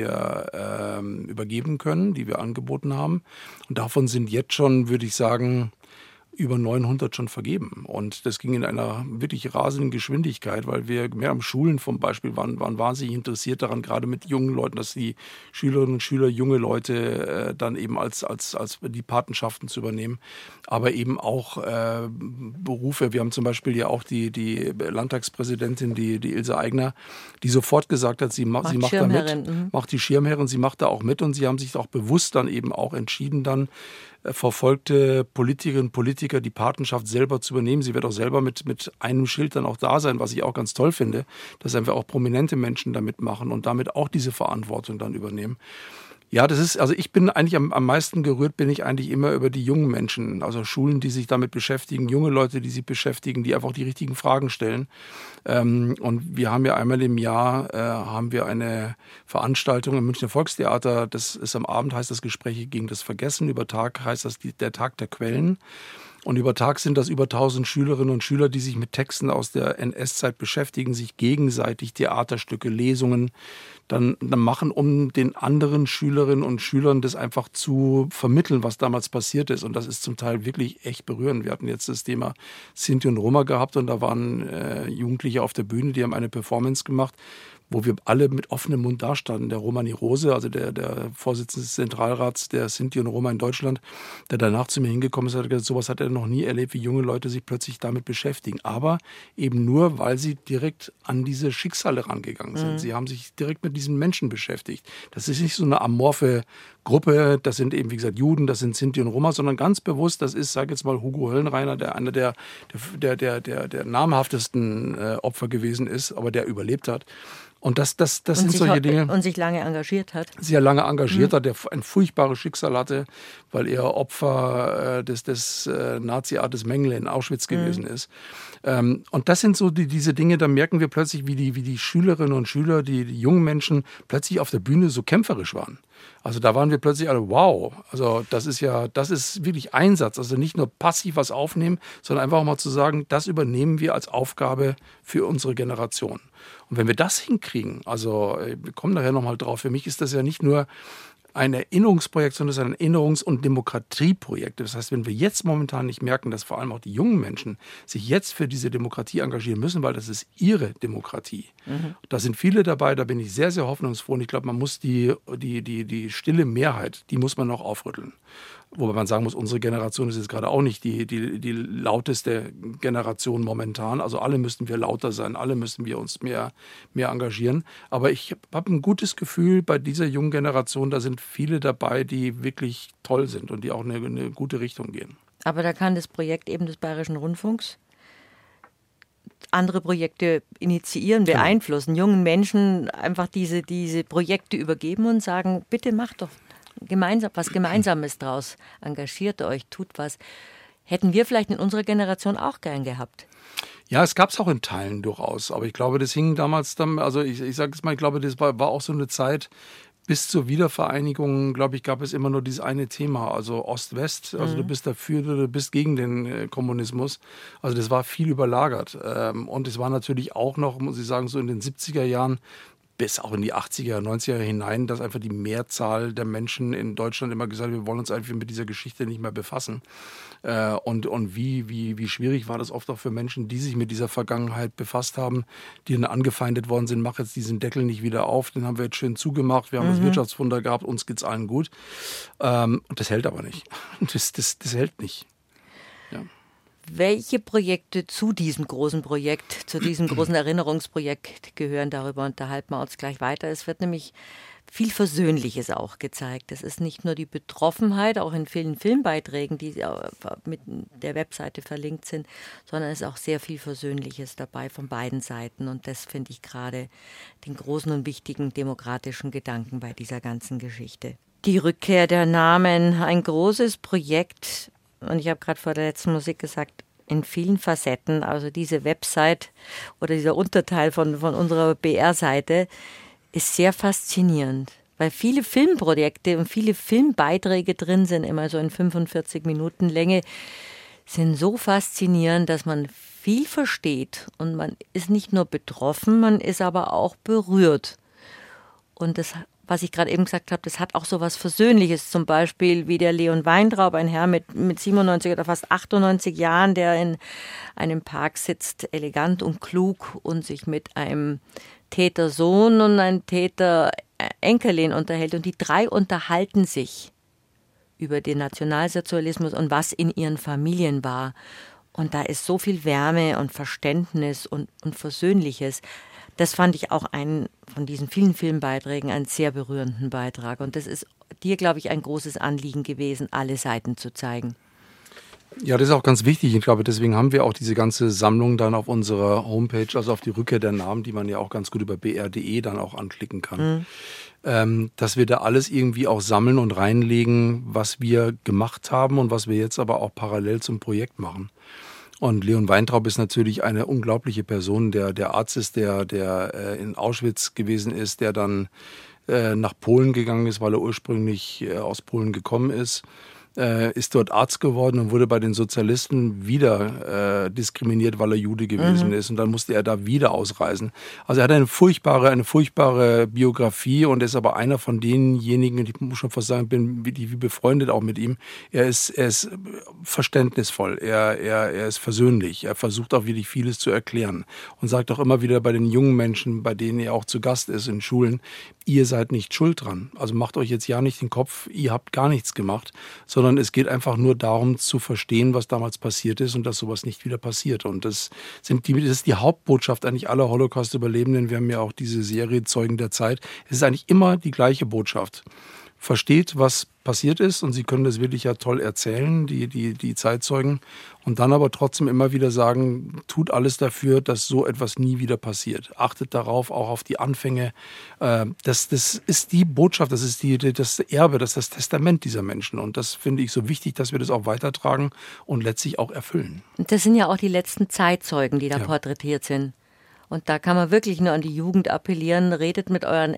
übergeben können, die wir angeboten haben. Und davon sind jetzt schon, würde ich sagen, über 900 schon vergeben. Und das ging in einer wirklich rasenden Geschwindigkeit, weil wir mehr am Schulen zum Beispiel waren wahnsinnig interessiert daran, gerade mit jungen Leuten, dass die Schülerinnen und Schüler, junge Leute dann eben als die Patenschaften zu übernehmen. Aber eben auch Berufe. Wir haben zum Beispiel ja auch die Landtagspräsidentin, die Ilse Aigner, die sofort gesagt hat, sie macht da mit, macht die Schirmherrin, sie macht da auch mit und sie haben sich auch bewusst dann eben auch entschieden, dann verfolgte Politikerinnen und Politiker die Patenschaft selber zu übernehmen. Sie wird auch selber mit einem Schild dann auch da sein, was ich auch ganz toll finde, dass einfach auch prominente Menschen da mitmachen und damit auch diese Verantwortung dann übernehmen. Ja, also ich bin eigentlich am meisten gerührt, bin ich eigentlich immer über die jungen Menschen, also Schulen, die sich damit beschäftigen, junge Leute, die sich beschäftigen, die einfach die richtigen Fragen stellen. Und wir haben ja einmal im Jahr haben wir eine Veranstaltung im Münchner Volkstheater, das ist am Abend, heißt das Gespräche gegen das Vergessen, über Tag heißt das der Tag der Quellen. Und über Tag sind das über 1000 Schülerinnen und Schüler, die sich mit Texten aus der NS-Zeit beschäftigen, sich gegenseitig Theaterstücke, Lesungen dann machen, um den anderen Schülerinnen und Schülern das einfach zu vermitteln, was damals passiert ist. Und das ist zum Teil wirklich echt berührend. Wir hatten jetzt das Thema Sinti und Roma gehabt und da waren Jugendliche auf der Bühne, die haben eine Performance gemacht, wo wir alle mit offenem Mund dastanden. Der Romani Rose, also der Vorsitzende des Zentralrats der Sinti und Roma in Deutschland, der danach zu mir hingekommen ist, hat gesagt, sowas hat er noch nie erlebt, wie junge Leute sich plötzlich damit beschäftigen. Aber eben nur, weil sie direkt an diese Schicksale rangegangen sind. Sie haben sich direkt mit diesen Menschen beschäftigt. Das ist nicht so eine amorphe Gruppe, das sind eben, wie gesagt, Juden, das sind Sinti und Roma, sondern ganz bewusst, das ist, sage jetzt mal, Hugo Höllenreiner, der einer der namhaftesten Opfer gewesen ist, aber der überlebt hat. Und das sind solche Dinge. Und sich lange engagiert hat. Sehr lange engagiert hat, der ein furchtbares Schicksal hatte, weil er Opfer des Nazi-Artes Mengele in Auschwitz gewesen ist. Und das sind so diese Dinge, da merken wir plötzlich, wie die Schülerinnen und Schüler, die jungen Menschen plötzlich auf der Bühne so kämpferisch waren. Also da waren wir plötzlich alle, wow, also das ist wirklich Einsatz, also nicht nur passiv was aufnehmen, sondern einfach auch mal zu sagen, das übernehmen wir als Aufgabe für unsere Generation. Und wenn wir das hinkriegen, also wir kommen nachher nochmal drauf, für mich ist das ja nicht nur ein Erinnerungsprojekt, sondern es ist ein Erinnerungs- und Demokratieprojekt. Das heißt, wenn wir jetzt momentan nicht merken, dass vor allem auch die jungen Menschen sich jetzt für diese Demokratie engagieren müssen, weil das ist ihre Demokratie. Da sind viele dabei, da bin ich sehr, sehr hoffnungsfroh. Und ich glaube, man muss die stille Mehrheit, die muss man noch aufrütteln. Wobei man sagen muss, unsere Generation ist jetzt gerade auch nicht die lauteste Generation momentan. Also alle müssten wir lauter sein, alle müssen wir uns mehr engagieren. Aber ich habe ein gutes Gefühl bei dieser jungen Generation, da sind viele dabei, die wirklich toll sind und die auch eine gute Richtung gehen. Aber da kann das Projekt eben des Bayerischen Rundfunks andere Projekte initiieren, beeinflussen, jungen Menschen einfach diese Projekte übergeben und sagen, bitte macht doch gemeinsam was Gemeinsames draus, engagiert euch, tut was. hätten wir vielleicht in unserer Generation auch gern gehabt. Ja, es gab es auch in Teilen durchaus, aber ich glaube, das hing damals dann, also ich sage es mal, ich glaube, das war auch so eine Zeit, bis zur Wiedervereinigung, glaube ich, gab es immer nur dieses eine Thema, also Ost-West, also du bist dafür oder du bist gegen den Kommunismus, also das war viel überlagert und es war natürlich auch noch, muss ich sagen, so in den 70er Jahren, bis auch in die 80er, 90er hinein, dass einfach die Mehrzahl der Menschen in Deutschland immer gesagt hat, wir wollen uns einfach mit dieser Geschichte nicht mehr befassen. Und wie schwierig war das oft auch für Menschen, die sich mit dieser Vergangenheit befasst haben, die dann angefeindet worden sind, mach jetzt diesen Deckel nicht wieder auf, den haben wir jetzt schön zugemacht, wir haben das Wirtschaftswunder gehabt, uns geht's allen gut. Und das hält aber nicht. Das hält nicht. Ja. Welche Projekte zu diesem großen Projekt, zu diesem großen Erinnerungsprojekt gehören? Darüber unterhalten wir uns gleich weiter. Es wird nämlich viel Versöhnliches auch gezeigt. Es ist nicht nur die Betroffenheit, auch in vielen Filmbeiträgen, die mit der Webseite verlinkt sind, sondern es ist auch sehr viel Versöhnliches dabei von beiden Seiten. Und das finde ich gerade den großen und wichtigen demokratischen Gedanken bei dieser ganzen Geschichte. Die Rückkehr der Namen, ein großes Projekt. Und ich habe gerade vor der letzten Musik gesagt, in vielen Facetten, also diese Website oder dieser Unterteil von unserer BR-Seite ist sehr faszinierend, weil viele Filmprojekte und viele Filmbeiträge drin sind, immer so in 45 Minuten Länge, sind so faszinierend, dass man viel versteht und man ist nicht nur betroffen, man ist aber auch berührt. Und das, was ich gerade eben gesagt habe, das hat auch so was Versöhnliches, zum Beispiel wie der Leon Weintraub, ein Herr mit 97 oder fast 98 Jahren, der in einem Park sitzt, elegant und klug und sich mit einem Tätersohn und einem Täterenkelin unterhält. Und die drei unterhalten sich über den Nationalsozialismus und was in ihren Familien war. Und da ist so viel Wärme und Verständnis und Versöhnliches. Das fand ich auch einen von diesen vielen Filmbeiträgen einen sehr berührenden Beitrag. Und das ist dir, glaube ich, ein großes Anliegen gewesen, alle Seiten zu zeigen. Ja, das ist auch ganz wichtig. Ich glaube, deswegen haben wir auch diese ganze Sammlung dann auf unserer Homepage, also auf die Rückkehr der Namen, die man ja auch ganz gut über br.de dann auch anklicken kann. Dass wir da alles irgendwie auch sammeln und reinlegen, was wir gemacht haben und was wir jetzt aber auch parallel zum Projekt machen. Und Leon Weintraub ist natürlich eine unglaubliche Person, der Arzt ist, der in Auschwitz gewesen ist, der dann nach Polen gegangen ist, weil er ursprünglich aus Polen gekommen ist. Ist dort Arzt geworden und wurde bei den Sozialisten wieder diskriminiert, weil er Jude gewesen ist. Und dann musste er da wieder ausreisen. Also er hat eine furchtbare Biografie und ist aber einer von denjenigen, ich muss schon fast sagen, wie befreundet auch mit ihm. Er ist verständnisvoll, er ist versöhnlich, er versucht auch wirklich vieles zu erklären und sagt auch immer wieder bei den jungen Menschen, bei denen er auch zu Gast ist in Schulen, ihr seid nicht schuld dran. Also macht euch jetzt ja nicht den Kopf, ihr habt gar nichts gemacht, sondern es geht einfach nur darum zu verstehen, was damals passiert ist und dass sowas nicht wieder passiert. Und das ist die Hauptbotschaft eigentlich aller Holocaust-Überlebenden. Wir haben ja auch diese Serie Zeugen der Zeit. Es ist eigentlich immer die gleiche Botschaft. Versteht, was passiert ist und sie können das wirklich ja toll erzählen, die Zeitzeugen, und dann aber trotzdem immer wieder sagen, tut alles dafür, dass so etwas nie wieder passiert. Achtet darauf, auch auf die Anfänge. Das ist die Botschaft, das ist das Erbe, das ist das Testament dieser Menschen und das finde ich so wichtig, dass wir das auch weitertragen und letztlich auch erfüllen. Das sind ja auch die letzten Zeitzeugen, die da porträtiert sind. Und da kann man wirklich nur an die Jugend appellieren, redet mit euren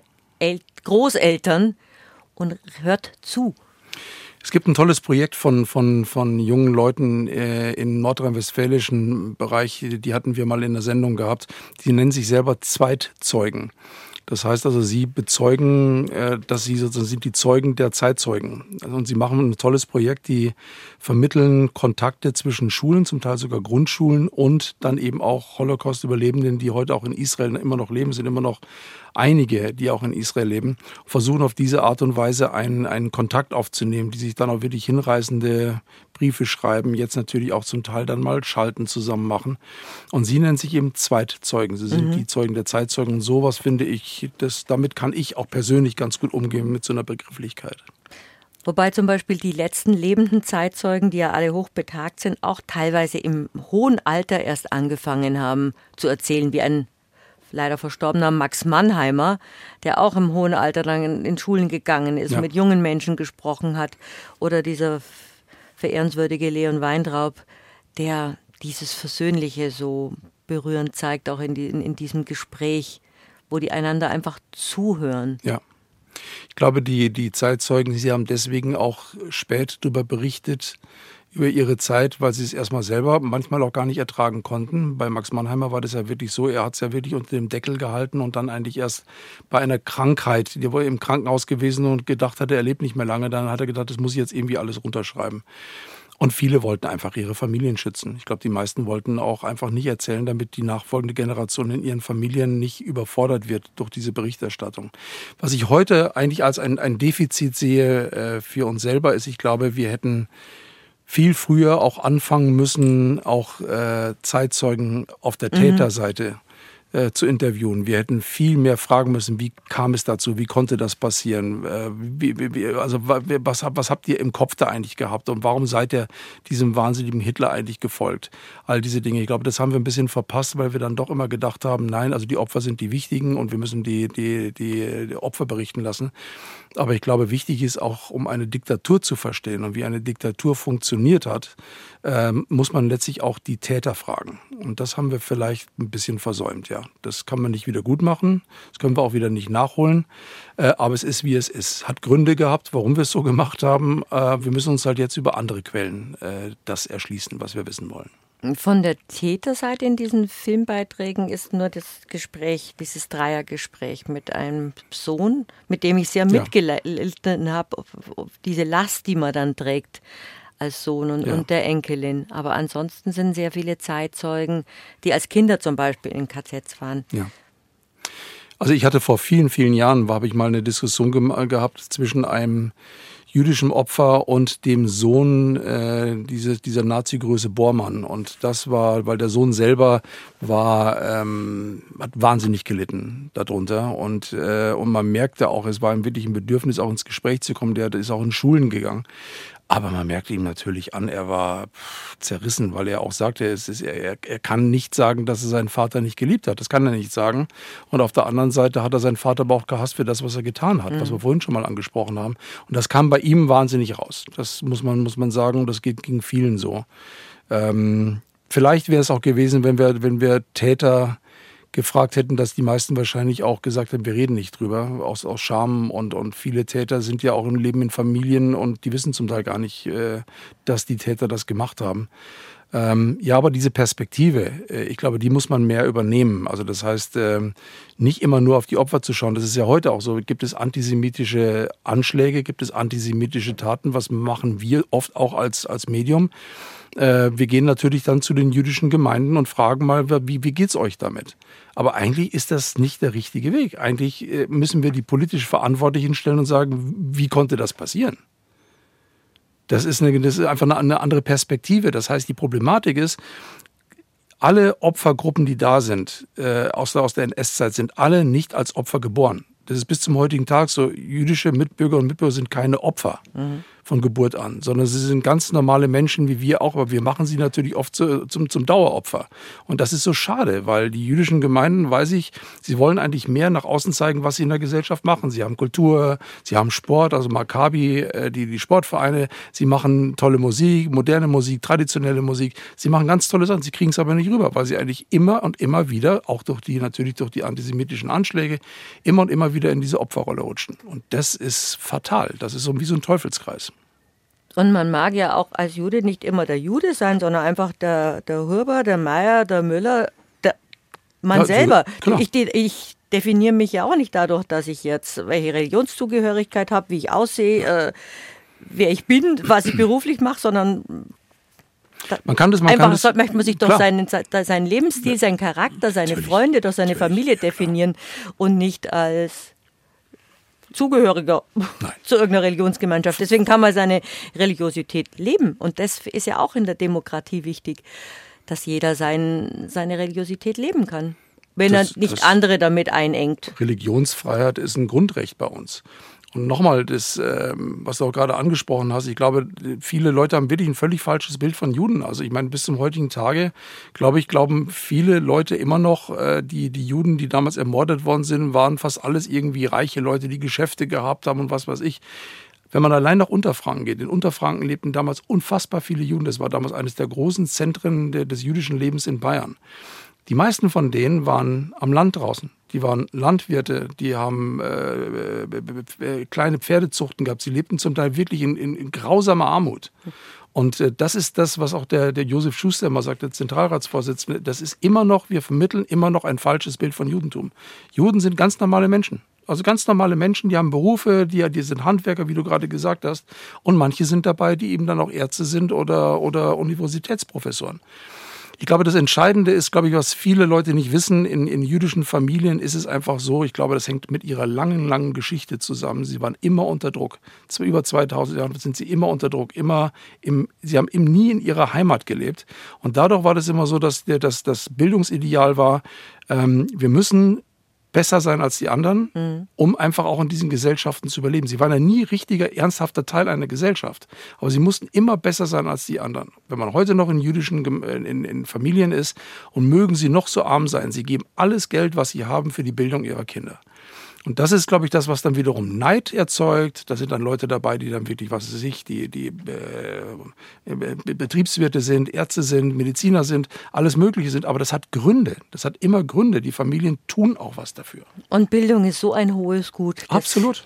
Großeltern und hört zu. Es gibt ein tolles Projekt von jungen Leuten im nordrhein-westfälischen Bereich, die hatten wir mal in der Sendung gehabt. Die nennen sich selber Zweitzeugen. Das heißt also, sie bezeugen, dass sie sozusagen sind die Zeugen der Zeitzeugen. Und sie machen ein tolles Projekt, die vermitteln Kontakte zwischen Schulen, zum Teil sogar Grundschulen und dann eben auch Holocaust-Überlebenden, die heute auch in Israel immer noch leben, sind immer noch einige, die auch in Israel leben, versuchen auf diese Art und Weise einen Kontakt aufzunehmen, die sich dann auch wirklich hinreißende Briefe schreiben, jetzt natürlich auch zum Teil dann mal Schalten zusammen machen. Und sie nennen sich eben Zweitzeugen. Sie sind die Zeugen der Zeitzeugen. Und sowas finde ich, damit kann ich auch persönlich ganz gut umgehen mit so einer Begrifflichkeit. Wobei zum Beispiel die letzten lebenden Zeitzeugen, die ja alle hochbetagt sind, auch teilweise im hohen Alter erst angefangen haben zu erzählen, wie ein leider verstorbener Max Mannheimer, der auch im hohen Alter dann in Schulen gegangen ist, mit jungen Menschen gesprochen hat. Oder dieser verehrenswürdige Leon Weintraub, der dieses Versöhnliche so berührend zeigt, auch in diesem Gespräch, wo die einander einfach zuhören. Ja. Ich glaube, die Zeitzeugen, sie haben deswegen auch spät darüber berichtet, über ihre Zeit, weil sie es erstmal selber manchmal auch gar nicht ertragen konnten. Bei Max Mannheimer war das ja wirklich so, er hat es ja wirklich unter dem Deckel gehalten und dann eigentlich erst bei einer Krankheit, der war im Krankenhaus gewesen und gedacht hatte, er lebt nicht mehr lange, dann hat er gedacht, das muss ich jetzt irgendwie alles runterschreiben. Und viele wollten einfach ihre Familien schützen. Ich glaube, die meisten wollten auch einfach nicht erzählen, damit die nachfolgende Generation in ihren Familien nicht überfordert wird durch diese Berichterstattung. Was ich heute eigentlich als ein Defizit sehe für uns selber ist, ich glaube, wir hätten viel früher auch anfangen müssen, auch Zeitzeugen auf der Täterseite zu interviewen. Wir hätten viel mehr fragen müssen, wie kam es dazu, wie konnte das passieren, was habt ihr im Kopf da eigentlich gehabt und warum seid ihr diesem wahnsinnigen Hitler eigentlich gefolgt? All diese Dinge, ich glaube, das haben wir ein bisschen verpasst, weil wir dann doch immer gedacht haben, nein, also die Opfer sind die Wichtigen und wir müssen die Opfer berichten lassen. Aber ich glaube, wichtig ist auch, um eine Diktatur zu verstehen und wie eine Diktatur funktioniert hat, muss man letztlich auch die Täter fragen. Und das haben wir vielleicht ein bisschen versäumt, ja. Das kann man nicht wieder gut machen, das können wir auch wieder nicht nachholen. Aber es ist, wie es ist. Hat Gründe gehabt, warum wir es so gemacht haben. Wir müssen uns halt jetzt über andere Quellen das erschließen, was wir wissen wollen. Von der Täterseite in diesen Filmbeiträgen ist nur das Gespräch, dieses Dreiergespräch mit einem Sohn, mit dem ich sehr mitgelitten habe, diese Last, die man dann trägt als Sohn und der Enkelin. Aber ansonsten sind sehr viele Zeitzeugen, die als Kinder zum Beispiel in KZs waren. Ja. Also ich hatte vor vielen, vielen Jahren, habe ich mal eine Diskussion gehabt zwischen einem jüdischen Opfer und dem Sohn dieser Nazi-Größe Bormann. Und das war, weil der Sohn selber hat wahnsinnig gelitten darunter. Und man merkte auch, es war ihm wirklich ein Bedürfnis, auch ins Gespräch zu kommen. Der ist auch in Schulen gegangen. Aber man merkte ihm natürlich an, er war zerrissen, weil er auch sagte, er kann nicht sagen, dass er seinen Vater nicht geliebt hat. Das kann er nicht sagen. Und auf der anderen Seite hat er seinen Vater aber auch gehasst für das, was er getan hat, was wir vorhin schon mal angesprochen haben. Und das kam bei ihm wahnsinnig raus. Das muss man sagen, das ging vielen so. Vielleicht wäre es auch gewesen, wenn wir Täter gefragt hätten, dass die meisten wahrscheinlich auch gesagt haben, wir reden nicht drüber, aus Scham und viele Täter sind ja auch im Leben in Familien und die wissen zum Teil gar nicht, dass die Täter das gemacht haben. Ja, aber diese Perspektive, ich glaube, die muss man mehr übernehmen. Also das heißt, nicht immer nur auf die Opfer zu schauen. Das ist ja heute auch so. Gibt es antisemitische Anschläge, gibt es antisemitische Taten? Was machen wir oft auch als Medium? Wir gehen natürlich dann zu den jüdischen Gemeinden und fragen mal, wie geht's euch damit? Aber eigentlich ist das nicht der richtige Weg. Eigentlich müssen wir die politisch Verantwortlichen stellen und sagen, wie konnte das passieren? Das ist einfach eine andere Perspektive. Das heißt, die Problematik ist, alle Opfergruppen, die da sind, aus der NS-Zeit, sind alle nicht als Opfer geboren. Das ist bis zum heutigen Tag so. Jüdische Mitbürger und Mitbürger sind keine Opfer von Geburt an, sondern sie sind ganz normale Menschen wie wir auch, aber wir machen sie natürlich oft zum Daueropfer. Und das ist so schade, weil die jüdischen Gemeinden, weiß ich, sie wollen eigentlich mehr nach außen zeigen, was sie in der Gesellschaft machen. Sie haben Kultur, sie haben Sport, also Maccabi, die Sportvereine, sie machen tolle Musik, moderne Musik, traditionelle Musik. Sie machen ganz tolle Sachen, sie kriegen es aber nicht rüber, weil sie eigentlich immer und immer wieder, auch durch die antisemitischen Anschläge, immer und immer wieder in diese Opferrolle rutschen. Und das ist fatal. Das ist so wie so ein Teufelskreis. Und man mag ja auch als Jude nicht immer der Jude sein, sondern einfach der Huber, der Meier, der Müller, man selber. Ich definiere mich ja auch nicht dadurch, dass ich jetzt welche Religionszugehörigkeit habe, wie ich aussehe, wer ich bin, was ich beruflich mache, sondern möchte man sich doch seinen Lebensstil, seinen Charakter, seine Freunde, durch seine Familie definieren und nicht als Zugehöriger zu irgendeiner Religionsgemeinschaft. Deswegen kann man seine Religiosität leben. Und das ist ja auch in der Demokratie wichtig, dass jeder seine Religiosität leben kann, wenn er nicht andere damit einengt. Religionsfreiheit ist ein Grundrecht bei uns. Und nochmal, das, was du auch gerade angesprochen hast, ich glaube, viele Leute haben wirklich ein völlig falsches Bild von Juden. Also ich meine, bis zum heutigen Tage, glauben viele Leute immer noch, die Juden, die damals ermordet worden sind, waren fast alles irgendwie reiche Leute, die Geschäfte gehabt haben und was weiß ich. Wenn man allein nach Unterfranken geht, in Unterfranken lebten damals unfassbar viele Juden. Das war damals eines der großen Zentren des jüdischen Lebens in Bayern. Die meisten von denen waren am Land draußen. Die waren Landwirte, die haben kleine Pferdezuchten gehabt. Sie lebten zum Teil wirklich in grausamer Armut. Und das ist das, was auch der Josef Schuster immer sagt, der Zentralratsvorsitzende. Das ist immer noch, wir vermitteln immer noch ein falsches Bild von Judentum. Juden sind ganz normale Menschen. Also ganz normale Menschen, die haben Berufe, die sind Handwerker, wie du gerade gesagt hast. Und manche sind dabei, die eben dann auch Ärzte sind oder Universitätsprofessoren. Ich glaube, das Entscheidende ist, was viele Leute nicht wissen, in jüdischen Familien ist es einfach so, ich glaube, das hängt mit ihrer langen Geschichte zusammen. Sie waren immer unter Druck. Über 2000 Jahre sind sie immer unter Druck. Sie haben eben nie in ihrer Heimat gelebt. Und dadurch war das immer so, dass das Bildungsideal war, wir müssen besser sein als die anderen, um einfach auch in diesen Gesellschaften zu überleben. Sie waren ja nie richtiger, ernsthafter Teil einer Gesellschaft. Aber sie mussten immer besser sein als die anderen. Wenn man heute noch in jüdischen in Familien ist und mögen sie noch so arm sein, sie geben alles Geld, was sie haben, für die Bildung ihrer Kinder. Und das ist, glaube ich, das, was dann wiederum Neid erzeugt. Da sind dann Leute dabei, die dann wirklich, die Betriebswirte sind, Ärzte sind, Mediziner sind, alles Mögliche sind. Aber das hat Gründe. Das hat immer Gründe. Die Familien tun auch was dafür. Und Bildung ist so ein hohes Gut. Absolut.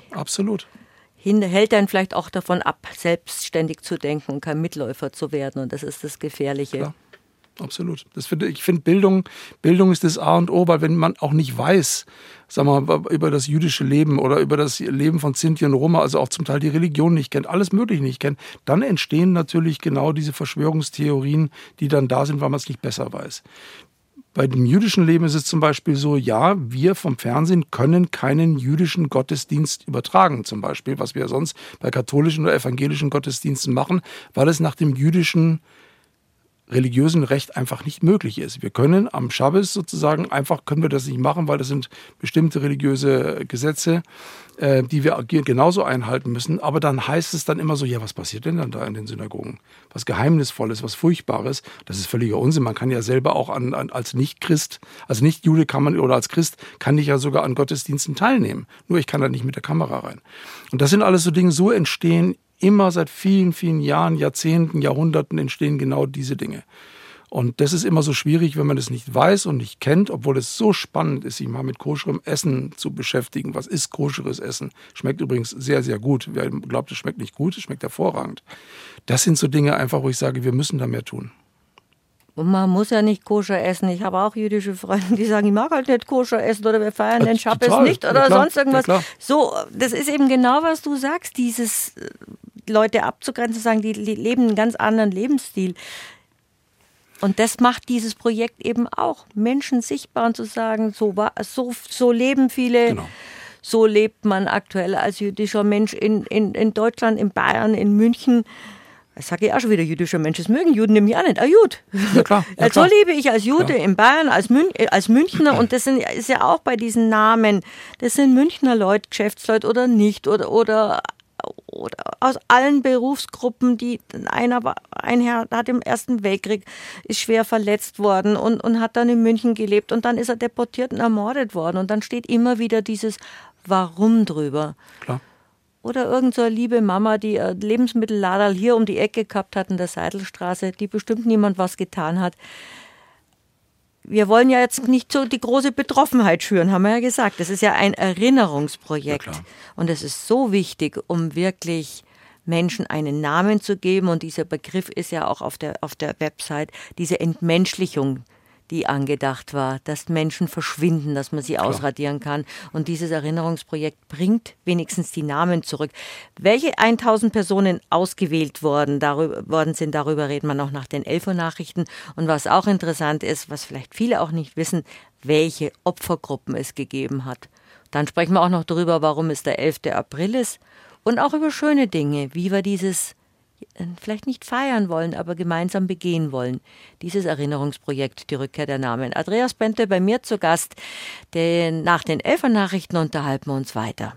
Hält einen vielleicht auch davon ab, selbstständig zu denken und kein Mitläufer zu werden. Und das ist das Gefährliche. Klar. Absolut. Ich finde Bildung ist das A und O, weil wenn man auch nicht weiß, sagen wir mal, über das jüdische Leben oder über das Leben von Sinti und Roma, also auch zum Teil die Religion nicht kennt, alles Mögliche nicht kennt, dann entstehen natürlich genau diese Verschwörungstheorien, die dann da sind, weil man es nicht besser weiß. Bei dem jüdischen Leben ist es zum Beispiel so, ja, wir vom Fernsehen können keinen jüdischen Gottesdienst übertragen, zum Beispiel, was wir sonst bei katholischen oder evangelischen Gottesdiensten machen, weil es nach dem jüdischen religiösen Recht einfach nicht möglich ist. Wir können am Schabbes sozusagen können wir das nicht machen, weil das sind bestimmte religiöse Gesetze, die wir genauso einhalten müssen. Aber dann heißt es dann immer so, ja, was passiert denn dann da in den Synagogen? Was Geheimnisvolles, was Furchtbares. Das ist völliger Unsinn. Man kann ja selber auch als Nicht-Christ, als Nicht-Jude oder als Christ kann ich ja sogar an Gottesdiensten teilnehmen. Nur ich kann da nicht mit der Kamera rein. Und das sind alles so Dinge, so entstehen immer seit vielen, vielen Jahren, Jahrzehnten, Jahrhunderten entstehen genau diese Dinge. Und das ist immer so schwierig, wenn man das nicht weiß und nicht kennt, obwohl es so spannend ist, sich mal mit koscherem Essen zu beschäftigen. Was ist koscheres Essen? Schmeckt übrigens sehr, sehr gut. Wer glaubt, es schmeckt nicht gut, es schmeckt hervorragend. Das sind so Dinge einfach, wo ich sage, wir müssen da mehr tun. Und man muss ja nicht koscher essen. Ich habe auch jüdische Freunde, die sagen, ich mag halt nicht koscher essen oder wir feiern den Schabbes nicht oder sonst irgendwas. Ja, so, das ist eben genau, was du sagst, dieses Leute abzugrenzen, sagen, die leben einen ganz anderen Lebensstil. Und das macht dieses Projekt eben auch, Menschen sichtbar und zu sagen, so leben viele, genau. So lebt man aktuell als jüdischer Mensch in Deutschland, in Bayern, in München. Ich sage ja auch schon wieder jüdischer Mensch, das mögen Juden nämlich auch nicht. Jud. Ja, klar. Ja, so lebe ich als Jude in Bayern, als Münchner und das ist ja auch bei diesen Namen, das sind Münchner Leute, Geschäftsleute oder nicht oder aus allen Berufsgruppen, ein Herr hat im Ersten Weltkrieg, ist schwer verletzt worden und hat dann in München gelebt und dann ist er deportiert und ermordet worden und dann steht immer wieder dieses Warum drüber. Klar. Oder irgend so eine liebe Mama, die ein Lebensmittelladerl hier um die Ecke gehabt hat in der Seidelstraße, die bestimmt niemand was getan hat. Wir wollen ja jetzt nicht so die große Betroffenheit schüren, haben wir ja gesagt. Das ist ja ein Erinnerungsprojekt. Ja, und es ist so wichtig, um wirklich Menschen einen Namen zu geben. Und dieser Begriff ist ja auch auf der Website, diese Entmenschlichung, die angedacht war, dass Menschen verschwinden, dass man sie ausradieren kann. Und dieses Erinnerungsprojekt bringt wenigstens die Namen zurück. Welche 1000 Personen ausgewählt worden sind, darüber reden wir noch nach den 11 Uhr Nachrichten. Und was auch interessant ist, was vielleicht viele auch nicht wissen, welche Opfergruppen es gegeben hat. Dann sprechen wir auch noch darüber, warum es der 11. April ist. Und auch über schöne Dinge, wie wir dieses vielleicht nicht feiern wollen, aber gemeinsam begehen wollen. Dieses Erinnerungsprojekt, die Rückkehr der Namen. Andreas Bönte bei mir zu Gast. Nach den 11 Uhr Nachrichten unterhalten wir uns weiter.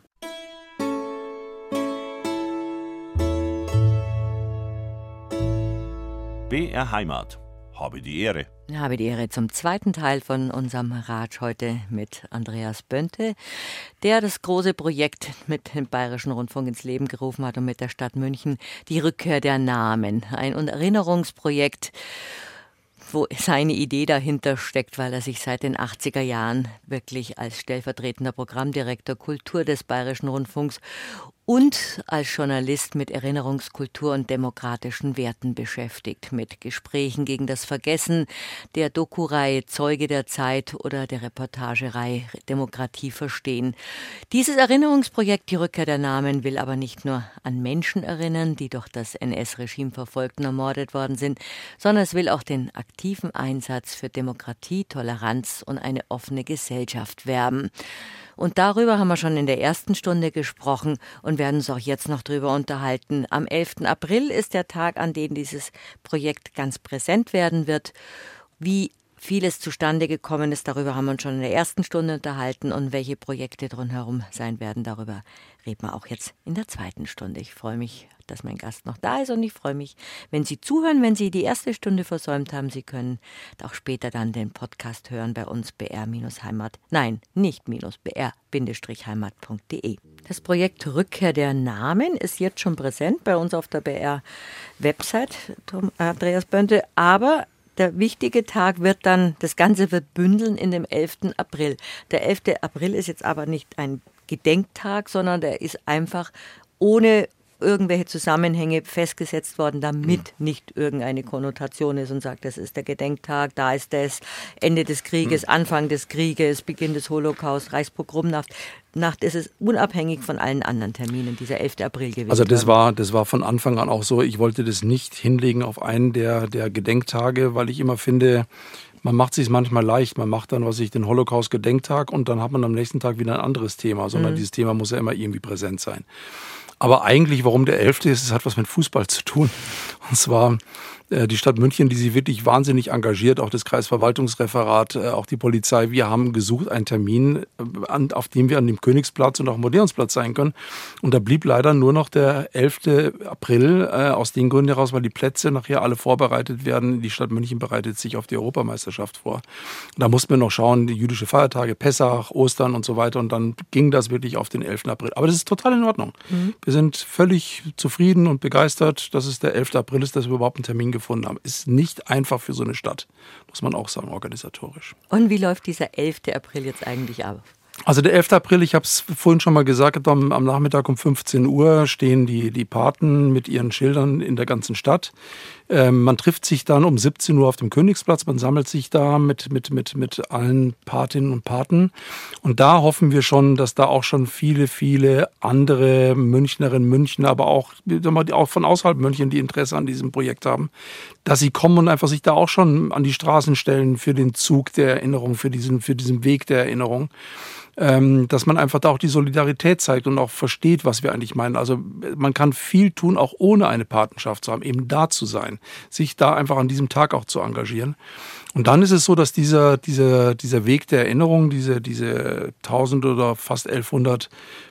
BR Heimat. Habe die Ehre. Habe die Ehre zum zweiten Teil von unserem Ratsch heute mit Andreas Bönte, der das große Projekt mit dem Bayerischen Rundfunk ins Leben gerufen hat und mit der Stadt München, die Rückkehr der Namen. Ein Erinnerungsprojekt, wo seine Idee dahinter steckt, weil er sich seit den 80er Jahren wirklich als stellvertretender Programmdirektor Kultur des Bayerischen Rundfunks und als Journalist mit Erinnerungskultur und demokratischen Werten beschäftigt, mit Gesprächen gegen das Vergessen, der Doku-Reihe Zeuge der Zeit oder der Reportagerei Demokratie verstehen. Dieses Erinnerungsprojekt, die Rückkehr der Namen, will aber nicht nur an Menschen erinnern, die durch das NS-Regime verfolgt und ermordet worden sind, sondern es will auch den aktiven Einsatz für Demokratie, Toleranz und eine offene Gesellschaft werben. Und darüber haben wir schon in der ersten Stunde gesprochen und werden uns auch jetzt noch drüber unterhalten. Am 11. April ist der Tag, an dem dieses Projekt ganz präsent werden wird. Wie vieles zustande gekommen ist, darüber haben wir uns schon in der ersten Stunde unterhalten und welche Projekte drumherum sein werden, darüber reden wir auch jetzt in der zweiten Stunde. Ich freue mich, dass mein Gast noch da ist und ich freue mich, wenn Sie zuhören, wenn Sie die erste Stunde versäumt haben. Sie können auch später dann den Podcast hören bei uns br-heimat.de. Das Projekt Rückkehr der Namen ist jetzt schon präsent bei uns auf der BR-Website, Andreas Bönte, aber der wichtige Tag wird dann, das Ganze wird bündeln in dem 11. April. Der 11. April ist jetzt aber nicht ein Gedenktag, sondern der ist einfach ohne irgendwelche Zusammenhänge festgesetzt worden, damit nicht irgendeine Konnotation ist und sagt, das ist der Gedenktag, da ist das Ende des Krieges, Anfang des Krieges, Beginn des Holocaust, Reichspogromnacht. Das ist unabhängig von allen anderen Terminen, dieser 11. April gewesen. Also das war von Anfang an auch so, ich wollte das nicht hinlegen auf einen der Gedenktage, weil ich immer finde, man macht es sich manchmal leicht, man macht dann, den Holocaust-Gedenktag und dann hat man am nächsten Tag wieder ein anderes Thema, sondern dieses Thema muss ja immer irgendwie präsent sein. Aber eigentlich, warum der 11. ist, es hat was mit Fußball zu tun. Und zwar die Stadt München, die sich wirklich wahnsinnig engagiert, auch das Kreisverwaltungsreferat, auch die Polizei. Wir haben gesucht einen Termin, auf dem wir an dem Königsplatz und auch am Odeonsplatz sein können. Und da blieb leider nur noch der 11. April, aus den Gründen heraus, weil die Plätze nachher alle vorbereitet werden. Die Stadt München bereitet sich auf die Europameisterschaft vor. Und da mussten wir noch schauen, die jüdische Feiertage, Pessach, Ostern und so weiter. Und dann ging das wirklich auf den 11. April. Aber das ist total in Ordnung. Wir sind völlig zufrieden und begeistert, dass es der 11. April ist, dass wir überhaupt einen Termin gefunden haben. Ist nicht einfach für so eine Stadt, muss man auch sagen, organisatorisch. Und wie läuft dieser 11. April jetzt eigentlich ab? Also der 11. April, ich habe es vorhin schon mal gesagt, am Nachmittag um 15 Uhr stehen die Paten mit ihren Schildern in der ganzen Stadt. Man trifft sich dann um 17 Uhr auf dem Königsplatz, man sammelt sich da mit allen Patinnen und Paten. Und da hoffen wir schon, dass da auch schon viele, viele andere Münchnerinnen, Münchner, aber auch von außerhalb München, die Interesse an diesem Projekt haben, dass sie kommen und einfach sich da auch schon an die Straßen stellen für den Zug der Erinnerung, für diesen Weg der Erinnerung. Dass man einfach da auch die Solidarität zeigt und auch versteht, was wir eigentlich meinen. Also man kann viel tun, auch ohne eine Patenschaft zu haben, eben da zu sein, sich da einfach an diesem Tag auch zu engagieren. Und dann ist es so, dass dieser Weg der Erinnerung, diese 1000 oder fast 1100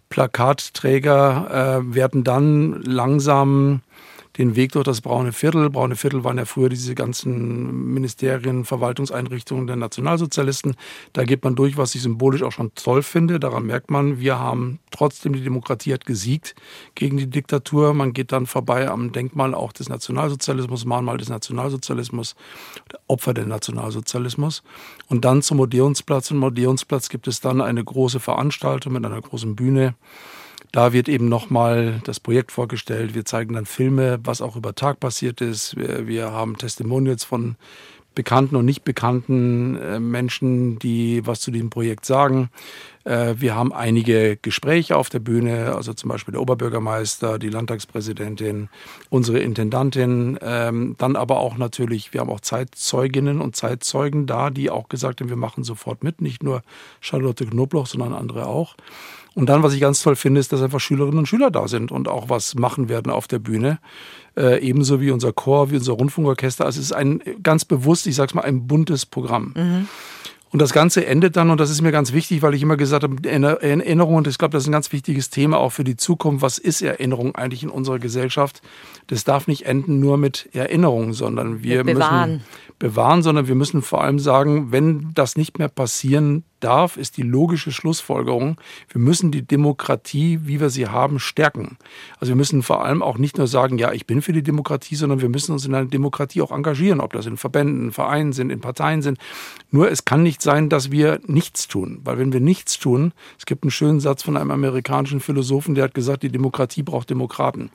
Plakatträger werden dann langsam den Weg durch das Braune Viertel. Braune Viertel waren ja früher diese ganzen Ministerien, Verwaltungseinrichtungen der Nationalsozialisten. Da geht man durch, was ich symbolisch auch schon toll finde. Daran merkt man, wir haben trotzdem, die Demokratie hat gesiegt gegen die Diktatur. Man geht dann vorbei am Denkmal auch des Nationalsozialismus, Mahnmal des Nationalsozialismus, Opfer des Nationalsozialismus. Und dann zum Odeonsplatz. Im Odeonsplatz gibt es dann eine große Veranstaltung mit einer großen Bühne. Da wird eben nochmal das Projekt vorgestellt. Wir zeigen dann Filme, was auch über Tag passiert ist. Wir haben Testimonials von bekannten und nicht bekannten Menschen, die was zu diesem Projekt sagen. Wir haben einige Gespräche auf der Bühne, also zum Beispiel der Oberbürgermeister, die Landtagspräsidentin, unsere Intendantin, dann aber auch natürlich, wir haben auch Zeitzeuginnen und Zeitzeugen da, die auch gesagt haben, wir machen sofort mit, nicht nur Charlotte Knobloch, sondern andere auch. Und dann, was ich ganz toll finde, ist, dass einfach Schülerinnen und Schüler da sind und auch was machen werden auf der Bühne. Ebenso wie unser Chor, wie unser Rundfunkorchester. Also es ist ein ganz bewusst, ich sag's mal, ein buntes Programm. Mhm. Und das Ganze endet dann, und das ist mir ganz wichtig, weil ich immer gesagt habe, Erinnerung, und ich glaube, das ist ein ganz wichtiges Thema auch für die Zukunft. Was ist Erinnerung eigentlich in unserer Gesellschaft? Das darf nicht enden nur mit Erinnerung, sondern wir müssen bewahren, sondern wir müssen vor allem sagen, wenn das nicht mehr passieren darf, ist die logische Schlussfolgerung, wir müssen die Demokratie, wie wir sie haben, stärken. Also wir müssen vor allem auch nicht nur sagen, ja, ich bin für die Demokratie, sondern wir müssen uns in einer Demokratie auch engagieren, ob das in Verbänden, Vereinen sind, in Parteien sind. Nur es kann nicht sein, dass wir nichts tun, weil wenn wir nichts tun, es gibt einen schönen Satz von einem amerikanischen Philosophen, der hat gesagt, die Demokratie braucht Demokraten.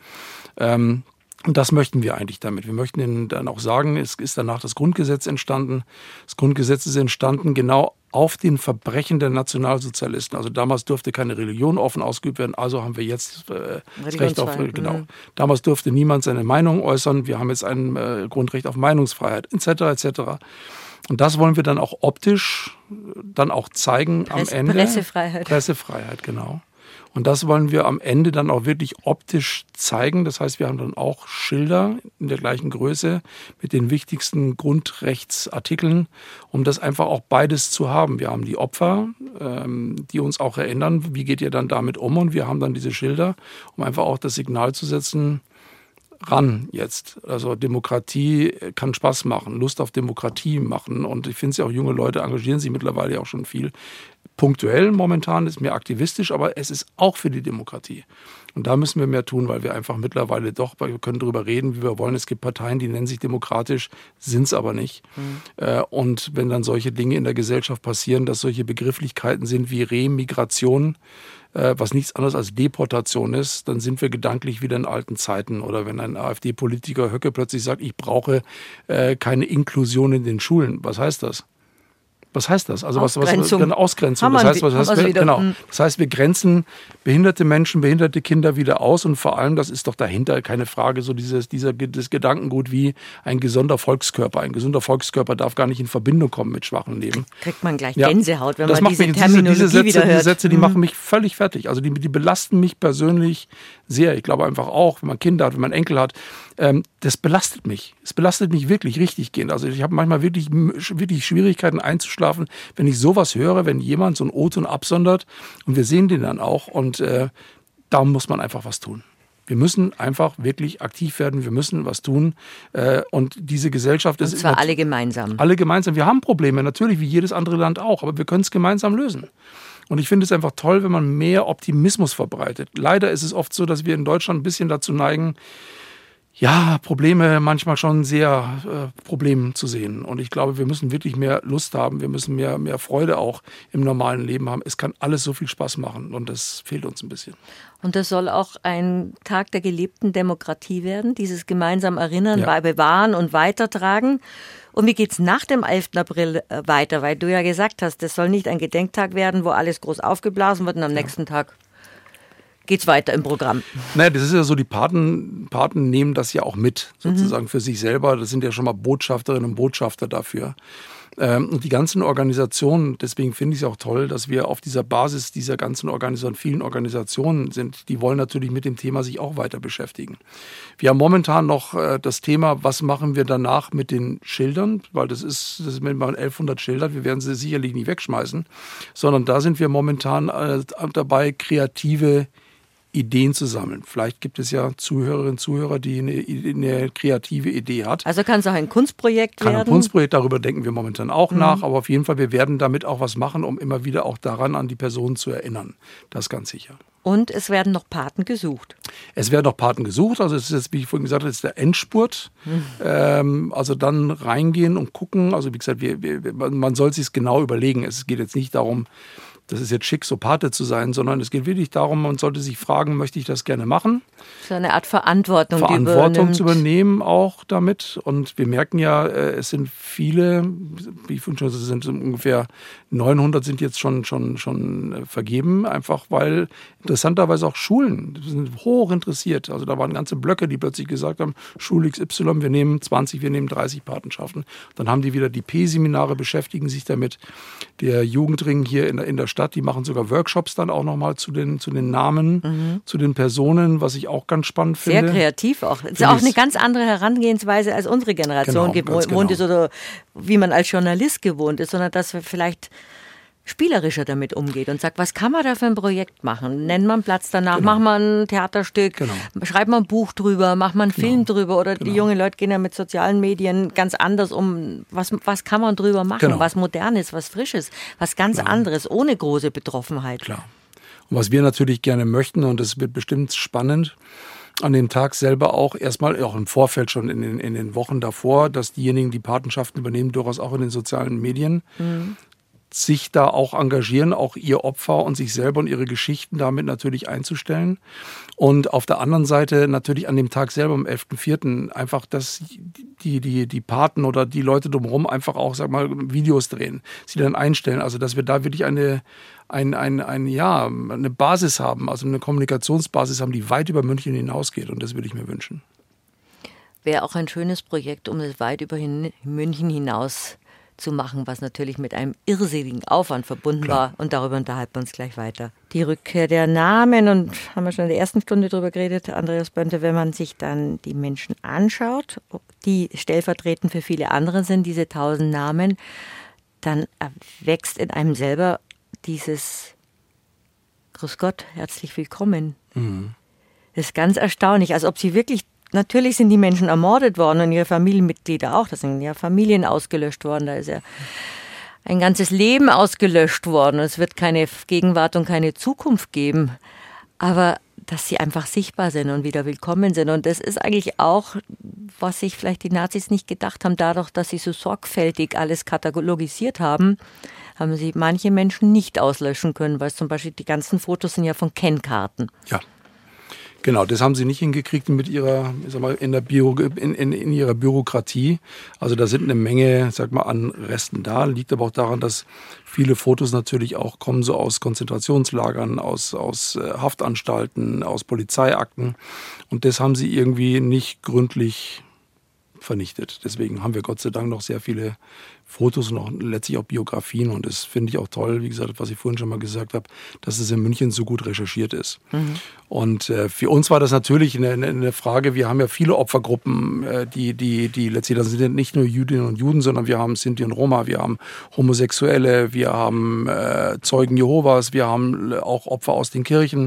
Und das möchten wir eigentlich damit. Wir möchten ihnen dann auch sagen, es ist danach das Grundgesetz entstanden. Das Grundgesetz ist entstanden genau auf den Verbrechen der Nationalsozialisten. Also damals durfte keine Religion offen ausgeübt werden, also haben wir jetzt das Recht auf genau. Damals durfte niemand seine Meinung äußern. Wir haben jetzt ein Grundrecht auf Meinungsfreiheit, etc. etc. Und das wollen wir dann auch optisch dann auch zeigen am Ende. Pressefreiheit, genau. Und das wollen wir am Ende dann auch wirklich optisch zeigen. Das heißt, wir haben dann auch Schilder in der gleichen Größe mit den wichtigsten Grundrechtsartikeln, um das einfach auch beides zu haben. Wir haben die Opfer, die uns auch erinnern, wie geht ihr dann damit um? Und wir haben dann diese Schilder, um einfach auch das Signal zu setzen, ran jetzt. Also Demokratie kann Spaß machen, Lust auf Demokratie machen. Und ich finde es ja auch, junge Leute engagieren sich mittlerweile auch schon viel. Punktuell momentan ist mehr aktivistisch, aber es ist auch für die Demokratie. Und da müssen wir mehr tun, weil wir einfach mittlerweile doch, wir können darüber reden, wie wir wollen. Es gibt Parteien, die nennen sich demokratisch, sind es aber nicht. Und wenn dann solche Dinge in der Gesellschaft passieren, dass solche Begrifflichkeiten sind wie Remigration, was nichts anderes als Deportation ist, dann sind wir gedanklich wieder in alten Zeiten. Oder wenn ein AfD-Politiker Höcke plötzlich sagt, ich brauche keine Inklusion in den Schulen. Was heißt das? Was heißt das? Also Ausgrenzung. Ausgrenzung. Das heißt, wir grenzen behinderte Menschen, behinderte Kinder wieder aus, und vor allem, das ist doch dahinter keine Frage, so das Gedankengut wie ein gesunder Volkskörper. Ein gesunder Volkskörper darf gar nicht in Verbindung kommen mit schwachem Leben. Kriegt man gleich Gänsehaut, wenn das man diese Terminologie wieder hört. Diese Sätze, die machen mich völlig fertig. Also die belasten mich persönlich sehr. Ich glaube einfach auch, wenn man Kinder hat, wenn man Enkel hat, das belastet mich. Es belastet mich wirklich richtig gehend. Also ich habe manchmal wirklich Schwierigkeiten einzuschlafen, wenn ich sowas höre, wenn jemand so einen O-Ton absondert, und wir sehen den dann auch, und da muss man einfach was tun. Wir müssen einfach wirklich aktiv werden, wir müssen was tun, und diese Gesellschaft ist... Und zwar alle gemeinsam. Alle gemeinsam. Wir haben Probleme, natürlich, wie jedes andere Land auch, aber wir können es gemeinsam lösen. Und ich finde es einfach toll, wenn man mehr Optimismus verbreitet. Leider ist es oft so, dass wir in Deutschland ein bisschen dazu neigen, ja, Probleme manchmal schon sehr Probleme zu sehen. Und ich glaube, wir müssen wirklich mehr Lust haben, wir müssen mehr Freude auch im normalen Leben haben. Es kann alles so viel Spaß machen, und das fehlt uns ein bisschen. Und das soll auch ein Tag der gelebten Demokratie werden, dieses gemeinsam Erinnern, bewahren und weitertragen. Und wie geht's nach dem 11. April weiter? Weil du ja gesagt hast, das soll nicht ein Gedenktag werden, wo alles groß aufgeblasen wird, und am nächsten Tag geht's weiter im Programm. Naja, das ist ja so, die Paten nehmen das ja auch mit, sozusagen für sich selber. Das sind ja schon mal Botschafterinnen und Botschafter dafür. Und die ganzen Organisationen, deswegen finde ich es auch toll, dass wir auf dieser Basis dieser ganzen Organisationen, vielen Organisationen sind, die wollen natürlich mit dem Thema sich auch weiter beschäftigen. Wir haben momentan noch das Thema, was machen wir danach mit den Schildern, weil das ist mit 1100 Schildern, wir werden sie sicherlich nicht wegschmeißen, sondern da sind wir momentan dabei, kreative Ideen zu sammeln. Vielleicht gibt es ja Zuhörerinnen und Zuhörer, die eine kreative Idee hat. Also kann es auch ein Kunstprojekt werden? Kann ein Kunstprojekt, darüber denken wir momentan auch nach, aber auf jeden Fall, wir werden damit auch was machen, um immer wieder auch daran an die Personen zu erinnern. Das ist ganz sicher. Und es werden noch Paten gesucht. Es werden noch Paten gesucht. Also es ist jetzt, wie ich vorhin gesagt habe, jetzt der Endspurt. Also dann reingehen und gucken. Also wie gesagt, man soll sich genau überlegen. Es geht jetzt nicht darum, das ist jetzt schick, so Pate zu sein, sondern es geht wirklich darum, man sollte sich fragen, möchte ich das gerne machen? So eine Art Verantwortung zu übernehmen auch damit. Und wir merken ja, es sind viele, wie ich vorhin schon gesagt habe, sind ungefähr 900 sind jetzt schon vergeben, einfach weil interessanterweise auch Schulen sind hoch interessiert. Also da waren ganze Blöcke, die plötzlich gesagt haben, Schule XY, wir nehmen 20, wir nehmen 30 Patenschaften. Dann haben die wieder die P-Seminare, beschäftigen sich damit. Der Jugendring hier in der statt. Die machen sogar Workshops dann auch nochmal zu den Namen, zu den Personen, was ich auch ganz spannend finde. Sehr kreativ auch. Das ist auch eine ganz andere Herangehensweise, als unsere Generation gewohnt ist oder wie man als Journalist gewohnt ist, sondern dass wir vielleicht spielerischer damit umgeht und sagt, was kann man da für ein Projekt machen? Nennt man Platz danach, machen wir ein Theaterstück, schreibt man ein Buch drüber, macht man einen Film drüber oder die jungen Leute gehen ja mit sozialen Medien ganz anders um. Was kann man drüber machen? Was Modernes, was Frisches, was ganz anderes, ohne große Betroffenheit. Klar. Und was wir natürlich gerne möchten, und das wird bestimmt spannend, an dem Tag selber auch erstmal, auch im Vorfeld schon in den Wochen davor, dass diejenigen, die Patenschaften übernehmen, durchaus auch in den sozialen Medien, sich da auch engagieren, auch ihr Opfer und sich selber und ihre Geschichten damit natürlich einzustellen. Und auf der anderen Seite natürlich an dem Tag selber, am 11.04. einfach, dass die Paten oder die Leute drumherum einfach auch, sag mal, Videos drehen, sie dann einstellen. Also, dass wir da wirklich eine Basis haben, also eine Kommunikationsbasis haben, die weit über München hinausgeht. Und das würde ich mir wünschen. Wäre auch ein schönes Projekt, um es weit über München hinaus zu machen, was natürlich mit einem irrsinnigen Aufwand verbunden war. Und darüber unterhalten wir uns gleich weiter. Die Rückkehr der Namen, und haben wir schon in der ersten Stunde drüber geredet, Andreas Bönte, wenn man sich dann die Menschen anschaut, die stellvertretend für viele andere sind, diese 1000 Namen, dann wächst in einem selber dieses Grüß Gott, herzlich willkommen. Das ist ganz erstaunlich, als ob sie wirklich. Natürlich sind die Menschen ermordet worden und ihre Familienmitglieder auch. Da sind ja Familien ausgelöscht worden. Da ist ja ein ganzes Leben ausgelöscht worden. Es wird keine Gegenwart und keine Zukunft geben. Aber dass sie einfach sichtbar sind und wieder willkommen sind. Und das ist eigentlich auch, was sich vielleicht die Nazis nicht gedacht haben. Dadurch, dass sie so sorgfältig alles katalogisiert haben, haben sie manche Menschen nicht auslöschen können. Weil zum Beispiel die ganzen Fotos sind ja von Kennkarten. Ja. Genau, das haben sie nicht hingekriegt mit ihrer, ich sag mal, in ihrer Bürokratie. Also da sind eine Menge, sag mal, an Resten da. Liegt aber auch daran, dass viele Fotos natürlich auch kommen so aus Konzentrationslagern, aus Haftanstalten, aus Polizeiakten. Und das haben sie irgendwie nicht gründlich vernichtet. Deswegen haben wir Gott sei Dank noch sehr viele Fotos und auch letztlich auch Biografien. Und das finde ich auch toll, wie gesagt, was ich vorhin schon mal gesagt habe, dass es in München so gut recherchiert ist. Und für uns war das natürlich eine Frage, wir haben ja viele Opfergruppen, die letztlich, das sind nicht nur Jüdinnen und Juden, sondern wir haben Sinti und Roma, wir haben Homosexuelle, wir haben Zeugen Jehovas, wir haben auch Opfer aus den Kirchen.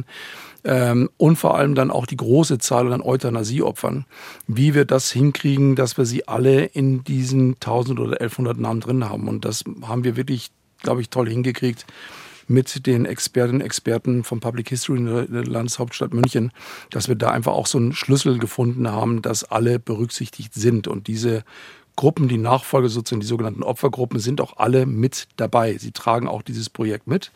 Und vor allem dann auch die große Zahl an Euthanasieopfern. Wie wir das hinkriegen, dass wir sie alle in diesen 1000 oder 1100 Namen drin haben. Und das haben wir wirklich, glaube ich, toll hingekriegt mit den Expertinnen und Experten vom Public History in der Landeshauptstadt München, dass wir da einfach auch so einen Schlüssel gefunden haben, dass alle berücksichtigt sind. Und diese Gruppen, die Nachfolger sozusagen, die sogenannten Opfergruppen, sind auch alle mit dabei. Sie tragen auch dieses Projekt mit.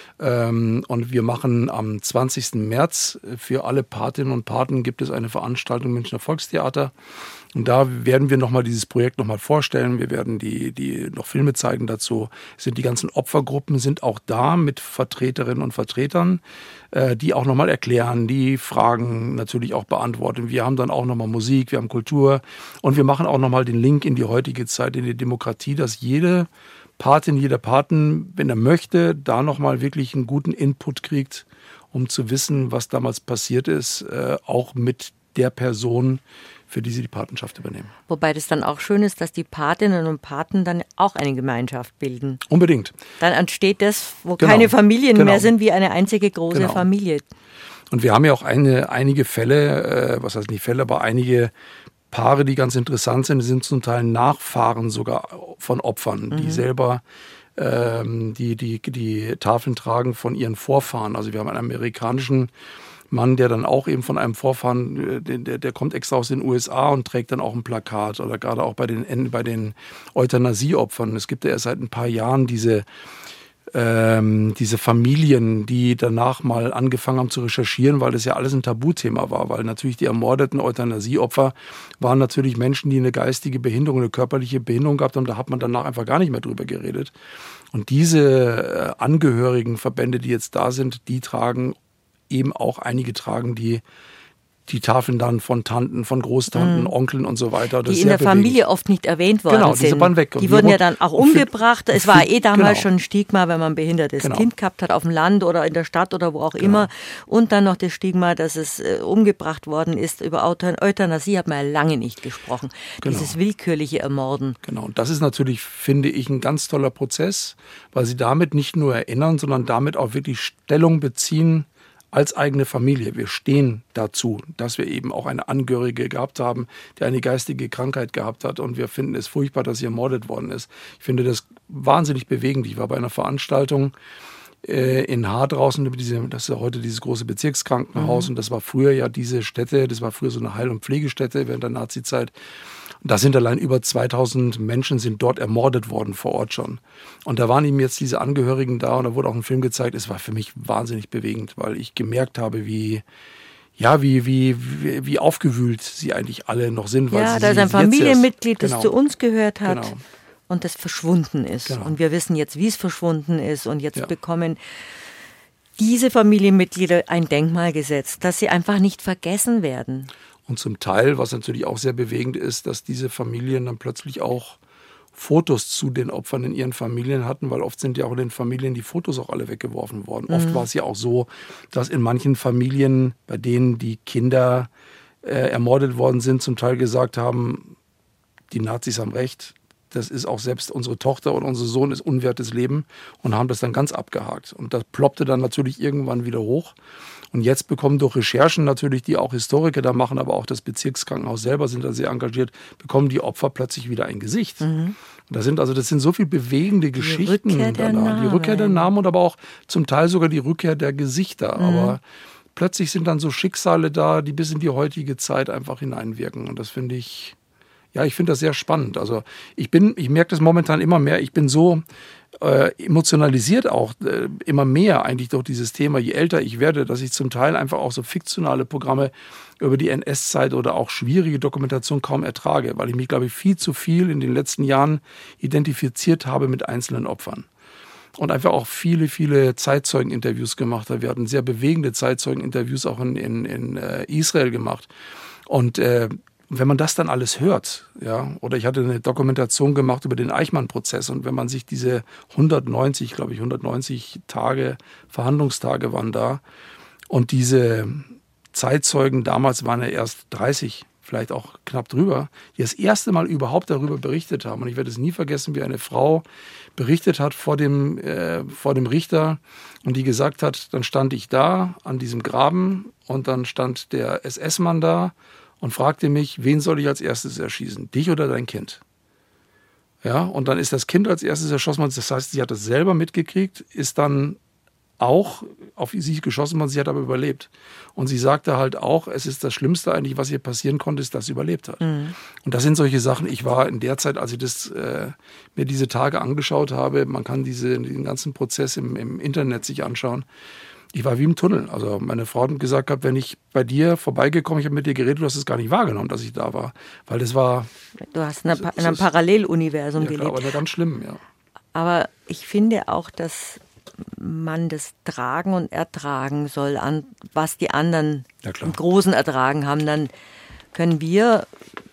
Und wir machen am 20. März für alle Patinnen und Paten gibt es eine Veranstaltung im Münchner Volkstheater. Und da werden wir nochmal dieses Projekt nochmal vorstellen. Wir werden die noch Filme zeigen dazu. Die ganzen Opfergruppen sind auch da mit Vertreterinnen und Vertretern, die auch nochmal erklären, die Fragen natürlich auch beantworten. Wir haben dann auch nochmal Musik, wir haben Kultur und wir machen auch nochmal den Link in die heutige Zeit, in die Demokratie, dass jede Patin, jeder Paten, wenn er möchte, da nochmal wirklich einen guten Input kriegt, um zu wissen, was damals passiert ist, auch mit der Person, für die sie die Patenschaft übernehmen. Wobei das dann auch schön ist, dass die Patinnen und Paten dann auch eine Gemeinschaft bilden. Unbedingt. Dann entsteht das, wo keine Familien mehr sind, wie eine einzige große Familie. Und wir haben ja auch einige Fälle, was heißt nicht Fälle, aber einige Paare, die ganz interessant sind, sind zum Teil Nachfahren sogar von Opfern, die selber die Tafeln tragen von ihren Vorfahren. Also wir haben einen amerikanischen Mann, der dann auch eben von einem Vorfahren, der kommt extra aus den USA und trägt dann auch ein Plakat. Oder gerade auch bei den Euthanasieopfern. Es gibt ja erst seit ein paar Jahren diese Familien, die danach mal angefangen haben zu recherchieren, weil das ja alles ein Tabuthema war, weil natürlich die ermordeten Euthanasieopfer waren natürlich Menschen, die eine geistige Behinderung, eine körperliche Behinderung gehabt haben, da hat man danach einfach gar nicht mehr drüber geredet. Und diese Angehörigenverbände, die jetzt da sind, die tragen eben auch einige tragen die die Tafeln dann von Tanten, von Großtanten, Onkeln und so weiter. Das die in der Familie oft nicht erwähnt worden sind. Genau, diese waren weg. Die wurden ja dann auch umgebracht. Es war damals schon ein Stigma, wenn man ein behindertes Kind gehabt hat, auf dem Land oder in der Stadt oder wo auch immer. Und dann noch das Stigma, dass es umgebracht worden ist. Über Euthanasie hat man ja lange nicht gesprochen. Dieses willkürliche Ermorden. Genau, und das ist natürlich, finde ich, ein ganz toller Prozess, weil sie damit nicht nur erinnern, sondern damit auch wirklich Stellung beziehen als eigene Familie. Wir stehen dazu, dass wir eben auch eine Angehörige gehabt haben, die eine geistige Krankheit gehabt hat, und wir finden es furchtbar, dass sie ermordet worden ist. Ich finde das wahnsinnig bewegend. Ich war bei einer Veranstaltung in Haar draußen, das ist ja heute dieses große Bezirkskrankenhaus, und das war früher ja diese Stätte, das war früher so eine Heil- und Pflegestätte während der Nazizeit. Da sind allein über 2000 Menschen sind dort ermordet worden vor Ort schon. Und da waren eben jetzt diese Angehörigen da, und da wurde auch ein Film gezeigt. Es war für mich wahnsinnig bewegend, weil ich gemerkt habe, wie aufgewühlt sie eigentlich alle noch sind. Weil da ist ein Familienmitglied, das genau. zu uns gehört hat. Genau. Und das verschwunden ist. Genau. Und wir wissen jetzt, wie es verschwunden ist. Und jetzt bekommen diese Familienmitglieder ein Denkmal gesetzt, dass sie einfach nicht vergessen werden. Und zum Teil, was natürlich auch sehr bewegend ist, dass diese Familien dann plötzlich auch Fotos zu den Opfern in ihren Familien hatten, weil oft sind ja auch in den Familien die Fotos auch alle weggeworfen worden. Oft war es ja auch so, dass in manchen Familien, bei denen die Kinder ermordet worden sind, zum Teil gesagt haben, die Nazis haben recht, das ist auch selbst unsere Tochter oder unser Sohn ist unwertes Leben, und haben das dann ganz abgehakt. Und das ploppte dann natürlich irgendwann wieder hoch. Und jetzt bekommen durch Recherchen natürlich, die auch Historiker da machen, aber auch das Bezirkskrankenhaus selber sind da sehr engagiert, bekommen die Opfer plötzlich wieder ein Gesicht. Das sind so viel bewegende Geschichten. Die Rückkehr der Namen und aber auch zum Teil sogar die Rückkehr der Gesichter. Aber plötzlich sind dann so Schicksale da, die bis in die heutige Zeit einfach hineinwirken. Und das finde ich, ich finde das sehr spannend. Also ich merke das momentan immer mehr. Ich bin so emotionalisiert auch immer mehr eigentlich durch dieses Thema, je älter ich werde, dass ich zum Teil einfach auch so fiktionale Programme über die NS-Zeit oder auch schwierige Dokumentation kaum ertrage, weil ich mich, glaube ich, viel zu viel in den letzten Jahren identifiziert habe mit einzelnen Opfern. Und einfach auch viele, viele Zeitzeugeninterviews gemacht habe. Wir hatten sehr bewegende Zeitzeugeninterviews auch in Israel gemacht. Und wenn man das dann alles hört, oder ich hatte eine Dokumentation gemacht über den Eichmann-Prozess, und wenn man sich diese 190 Tage, Verhandlungstage waren da, und diese Zeitzeugen, damals waren ja erst 30, vielleicht auch knapp drüber, die das erste Mal überhaupt darüber berichtet haben. Und ich werde es nie vergessen, wie eine Frau berichtet hat vor dem Richter, und die gesagt hat, dann stand ich da an diesem Graben, und dann stand der SS-Mann da und fragte mich, wen soll ich als erstes erschießen, dich oder dein Kind? Ja, und dann ist das Kind als erstes erschossen worden. Das heißt, sie hat das selber mitgekriegt, ist dann auch auf sie geschossen worden, sie hat aber überlebt. Und sie sagte halt auch, es ist das Schlimmste eigentlich, was ihr passieren konnte, ist, dass sie überlebt hat. Und das sind solche Sachen, ich war in der Zeit, als ich mir diese Tage angeschaut habe, man kann den ganzen Prozess im Internet sich anschauen, ich war wie im Tunnel. Also meine Frau hat gesagt gehabt, wenn ich bei dir vorbeigekommen, ich habe mit dir geredet, du hast es gar nicht wahrgenommen, dass ich da war. Weil das war... Du hast in einem Paralleluniversum gelebt. Klar, aber ganz schlimm, ja. Aber ich finde auch, dass man das tragen und ertragen soll, an was die anderen im Großen ertragen haben. Dann können wir,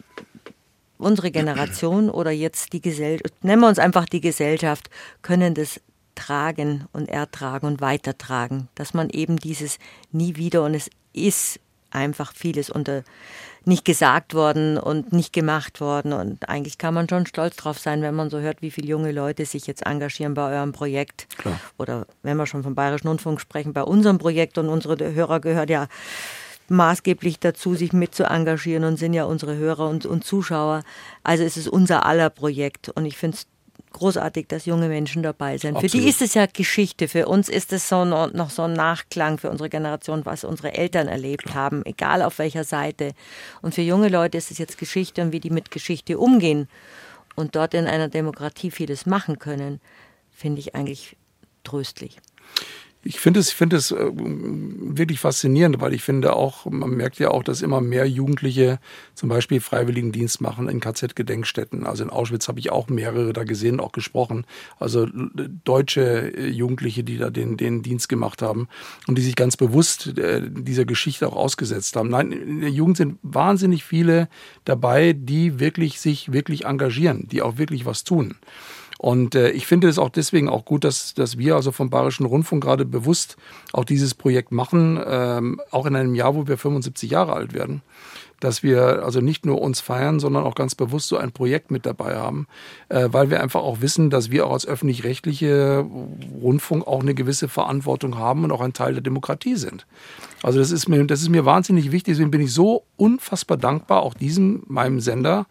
unsere Generation oder jetzt die Gesellschaft, nennen wir uns einfach die Gesellschaft, können das tragen und ertragen und weitertragen, dass man eben dieses nie wieder, und es ist einfach vieles nicht gesagt worden und nicht gemacht worden, und eigentlich kann man schon stolz drauf sein, wenn man so hört, wie viele junge Leute sich jetzt engagieren bei eurem Projekt. Klar. Oder wenn wir schon vom Bayerischen Rundfunk sprechen, bei unserem Projekt, und unsere Hörer gehört ja maßgeblich dazu, sich mit zu engagieren, und sind ja unsere Hörer und Zuschauer. Also es ist unser aller Projekt, und ich finde es großartig, dass junge Menschen dabei sind. Absolut. Für die ist es ja Geschichte. Für uns ist es noch so ein Nachklang für unsere Generation, was unsere Eltern erlebt haben, egal auf welcher Seite. Und für junge Leute ist es jetzt Geschichte, und wie die mit Geschichte umgehen und dort in einer Demokratie vieles machen können, finde ich eigentlich tröstlich. Ich finde es wirklich faszinierend, weil ich finde auch, man merkt ja auch, dass immer mehr Jugendliche zum Beispiel Freiwilligendienst machen in KZ-Gedenkstätten. Also in Auschwitz habe ich auch mehrere da gesehen, auch gesprochen. Also deutsche Jugendliche, die da den Dienst gemacht haben und die sich ganz bewusst dieser Geschichte auch ausgesetzt haben. Nein, in der Jugend sind wahnsinnig viele dabei, die sich wirklich engagieren, die auch wirklich was tun. Und ich finde es auch deswegen auch gut, dass wir also vom Bayerischen Rundfunk gerade bewusst auch dieses Projekt machen, auch in einem Jahr, wo wir 75 Jahre alt werden, dass wir also nicht nur uns feiern, sondern auch ganz bewusst so ein Projekt mit dabei haben, weil wir einfach auch wissen, dass wir auch als öffentlich-rechtliche Rundfunk auch eine gewisse Verantwortung haben und auch ein Teil der Demokratie sind. Also das ist mir wahnsinnig wichtig, deswegen bin ich so unfassbar dankbar, auch meinem Sender,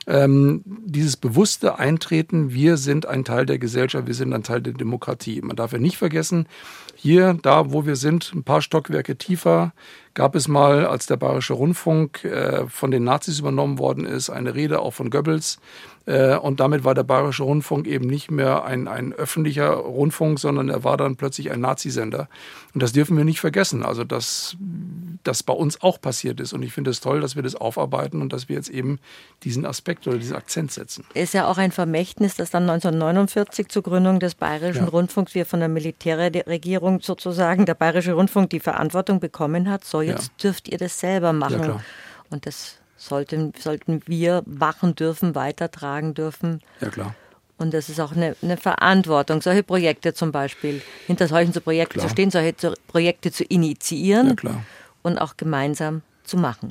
dieses bewusste Eintreten, wir sind ein Teil der Gesellschaft, wir sind ein Teil der Demokratie. Man darf ja nicht vergessen, hier, da wo wir sind, ein paar Stockwerke tiefer, gab es mal, als der Bayerische Rundfunk von den Nazis übernommen worden ist, eine Rede auch von Goebbels. Und damit war der Bayerische Rundfunk eben nicht mehr ein öffentlicher Rundfunk, sondern er war dann plötzlich ein Nazisender. Und das dürfen wir nicht vergessen. Also, dass das bei uns auch passiert ist. Und ich finde es toll, dass wir das aufarbeiten und dass wir jetzt eben diesen Aspekt oder diesen Akzent setzen. Ist ja auch ein Vermächtnis, dass dann 1949 zur Gründung des Bayerischen Rundfunks wir von der Militärregierung sozusagen, der Bayerische Rundfunk die Verantwortung bekommen hat. So, jetzt dürft ihr das selber machen. Ja, und das sollten wir machen dürfen, weitertragen dürfen. Ja, klar. Und das ist auch eine Verantwortung, solche Projekte zum Beispiel, hinter solchen Projekten zu stehen, solche Projekte zu initiieren und auch gemeinsam zu machen.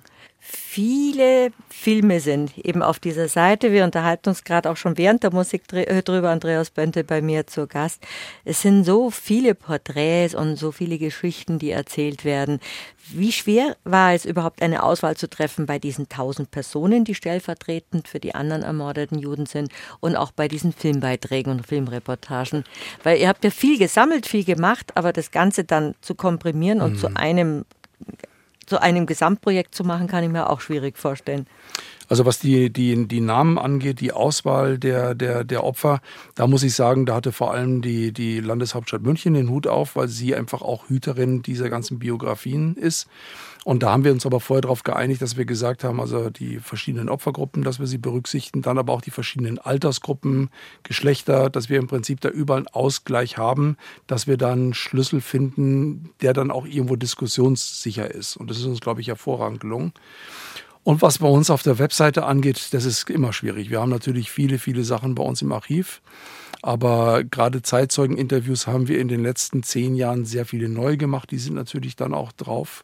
Viele Filme sind eben auf dieser Seite. Wir unterhalten uns gerade auch schon während der Musik drüber. Andreas Bönte bei mir zu Gast. Es sind so viele Porträts und so viele Geschichten, die erzählt werden. Wie schwer war es überhaupt, eine Auswahl zu treffen bei diesen 1000 Personen, die stellvertretend für die anderen ermordeten Juden sind und auch bei diesen Filmbeiträgen und Filmreportagen? Weil ihr habt ja viel gesammelt, viel gemacht, aber das Ganze dann zu komprimieren und zu einem Gesamtprojekt zu machen, kann ich mir auch schwierig vorstellen. Also was die Namen angeht, die Auswahl der Opfer, da muss ich sagen, da hatte vor allem die Landeshauptstadt München den Hut auf, weil sie einfach auch Hüterin dieser ganzen Biografien ist. Und da haben wir uns aber vorher darauf geeinigt, dass wir gesagt haben, also die verschiedenen Opfergruppen, dass wir sie berücksichtigen, dann aber auch die verschiedenen Altersgruppen, Geschlechter, dass wir im Prinzip da überall einen Ausgleich haben, dass wir dann einen Schlüssel finden, der dann auch irgendwo diskussionssicher ist. Und das ist uns, glaube ich, hervorragend gelungen. Und was bei uns auf der Webseite angeht, das ist immer schwierig. Wir haben natürlich viele, viele Sachen bei uns im Archiv. Aber gerade Zeitzeugeninterviews haben wir in den letzten 10 Jahren sehr viele neu gemacht. Die sind natürlich dann auch drauf.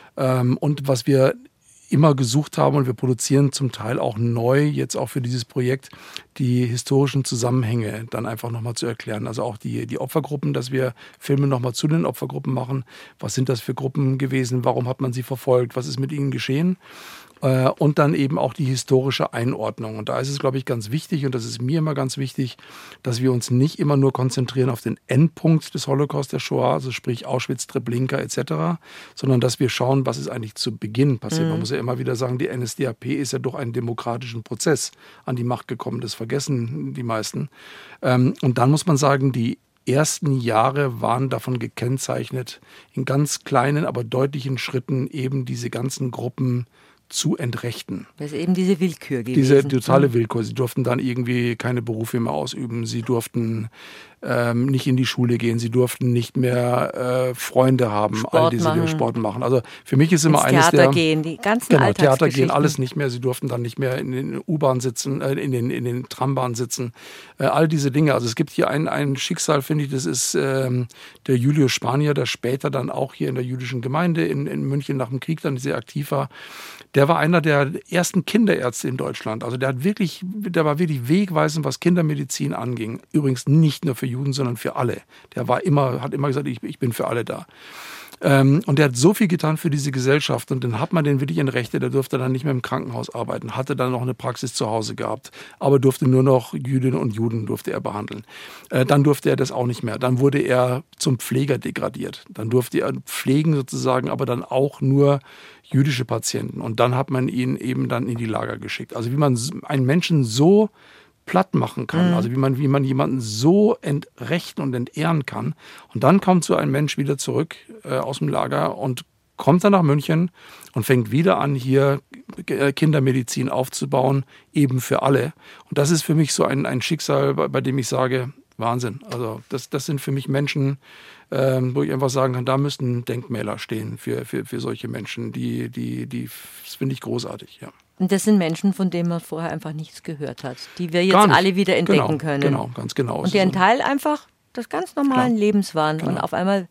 Und was wir immer gesucht haben, und wir produzieren zum Teil auch neu, jetzt auch für dieses Projekt, die historischen Zusammenhänge dann einfach nochmal zu erklären. Also auch die Opfergruppen, dass wir Filme nochmal zu den Opfergruppen machen. Was sind das für Gruppen gewesen? Warum hat man sie verfolgt? Was ist mit ihnen geschehen? Und dann eben auch die historische Einordnung. Und da ist es, glaube ich, ganz wichtig, und das ist mir immer ganz wichtig, dass wir uns nicht immer nur konzentrieren auf den Endpunkt des Holocaust, der Shoah, also sprich Auschwitz, Treblinka etc., sondern dass wir schauen, was ist eigentlich zu Beginn passiert. Man muss ja immer wieder sagen, die NSDAP ist ja durch einen demokratischen Prozess an die Macht gekommen. Das vergessen die meisten. Und dann muss man sagen, die ersten Jahre waren davon gekennzeichnet, in ganz kleinen, aber deutlichen Schritten eben diese ganzen Gruppen zu entrechten. Das ist eben diese Willkür gewesen. Diese totale Willkür. Sie durften dann irgendwie keine Berufe mehr ausüben. Sie durften nicht in die Schule gehen. Sie durften nicht mehr Freunde haben. Sport machen. Also für mich ist immer eines der... Theater gehen, die ganzen Alltagsgeschichten. Theater gehen, alles nicht mehr. Sie durften dann nicht mehr in den U-Bahn sitzen, in den Trambahnen sitzen. All diese Dinge. Also es gibt hier ein Schicksal, finde ich, das ist der Julius Spanier, der später dann auch hier in der jüdischen Gemeinde in München nach dem Krieg dann sehr aktiv war. Der war einer der ersten Kinderärzte in Deutschland. Also der war wirklich wegweisend, was Kindermedizin anging. Übrigens nicht nur für Juden, sondern für alle. Hat immer gesagt, ich bin für alle da. Und der hat so viel getan für diese Gesellschaft, und dann hat man den wirklich in Rechte, der durfte dann nicht mehr im Krankenhaus arbeiten, hatte dann noch eine Praxis zu Hause gehabt, aber durfte nur noch Jüdinnen und Juden durfte er behandeln. Dann durfte er das auch nicht mehr. Dann wurde er zum Pfleger degradiert. Dann durfte er pflegen sozusagen, aber dann auch nur jüdische Patienten. Und dann hat man ihn eben dann in die Lager geschickt. Also wie man einen Menschen so platt machen kann. Also wie man jemanden so entrechten und entehren kann. Und dann kommt so ein Mensch wieder zurück aus dem Lager und kommt dann nach München und fängt wieder an, hier Kindermedizin aufzubauen, eben für alle. Und das ist für mich so ein Schicksal, bei dem ich sage, Wahnsinn. Also das sind für mich Menschen, wo ich einfach sagen kann, da müssten Denkmäler stehen für solche Menschen. Das finde ich großartig, ja. Und das sind Menschen, von denen man vorher einfach nichts gehört hat, die wir jetzt alle wieder entdecken können. Genau, ganz genau. Und die ein Teil einfach des ganz normalen Lebens waren und auf einmal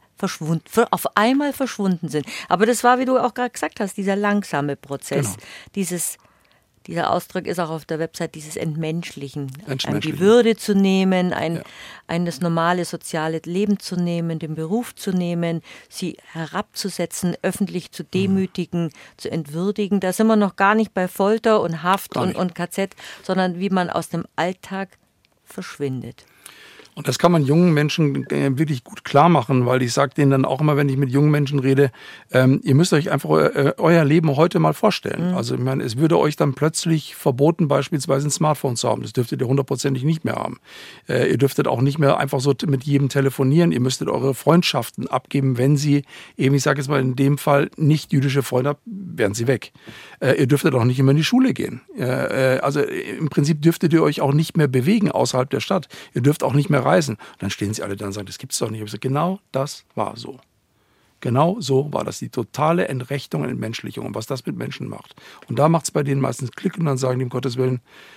verschwunden sind. Aber das war, wie du auch gerade gesagt hast, dieser langsame Prozess. Genau. Dieser Ausdruck ist auch auf der Website, dieses Entmenschlichen. Die Würde zu nehmen, das normale soziale Leben zu nehmen, den Beruf zu nehmen, sie herabzusetzen, öffentlich zu demütigen, zu entwürdigen. Da sind wir noch gar nicht bei Folter und Haft und KZ, sondern wie man aus dem Alltag verschwindet. Und das kann man jungen Menschen wirklich gut klar machen, weil ich sage denen dann auch immer, wenn ich mit jungen Menschen rede, ihr müsst euch einfach euer Leben heute mal vorstellen. Also ich meine, es würde euch dann plötzlich verboten, beispielsweise ein Smartphone zu haben. Das dürftet ihr 100%ig nicht mehr haben. Ihr dürftet auch nicht mehr einfach so mit jedem telefonieren. Ihr müsstet eure Freundschaften abgeben, wenn sie eben, ich sage jetzt mal in dem Fall, nicht jüdische Freunde habt, wären sie weg. Ihr dürftet auch nicht immer in die Schule gehen. Also im Prinzip dürftet ihr euch auch nicht mehr bewegen außerhalb der Stadt. Ihr dürft auch nicht mehr reisen. Und dann stehen sie alle da und sagen, das gibt's doch nicht. Ich habe gesagt, genau das war so. Genau so war das, die totale Entrechtung und Entmenschlichung und was das mit Menschen macht. Und da macht es bei denen meistens Klick und dann sagen die, um Gottes Willen,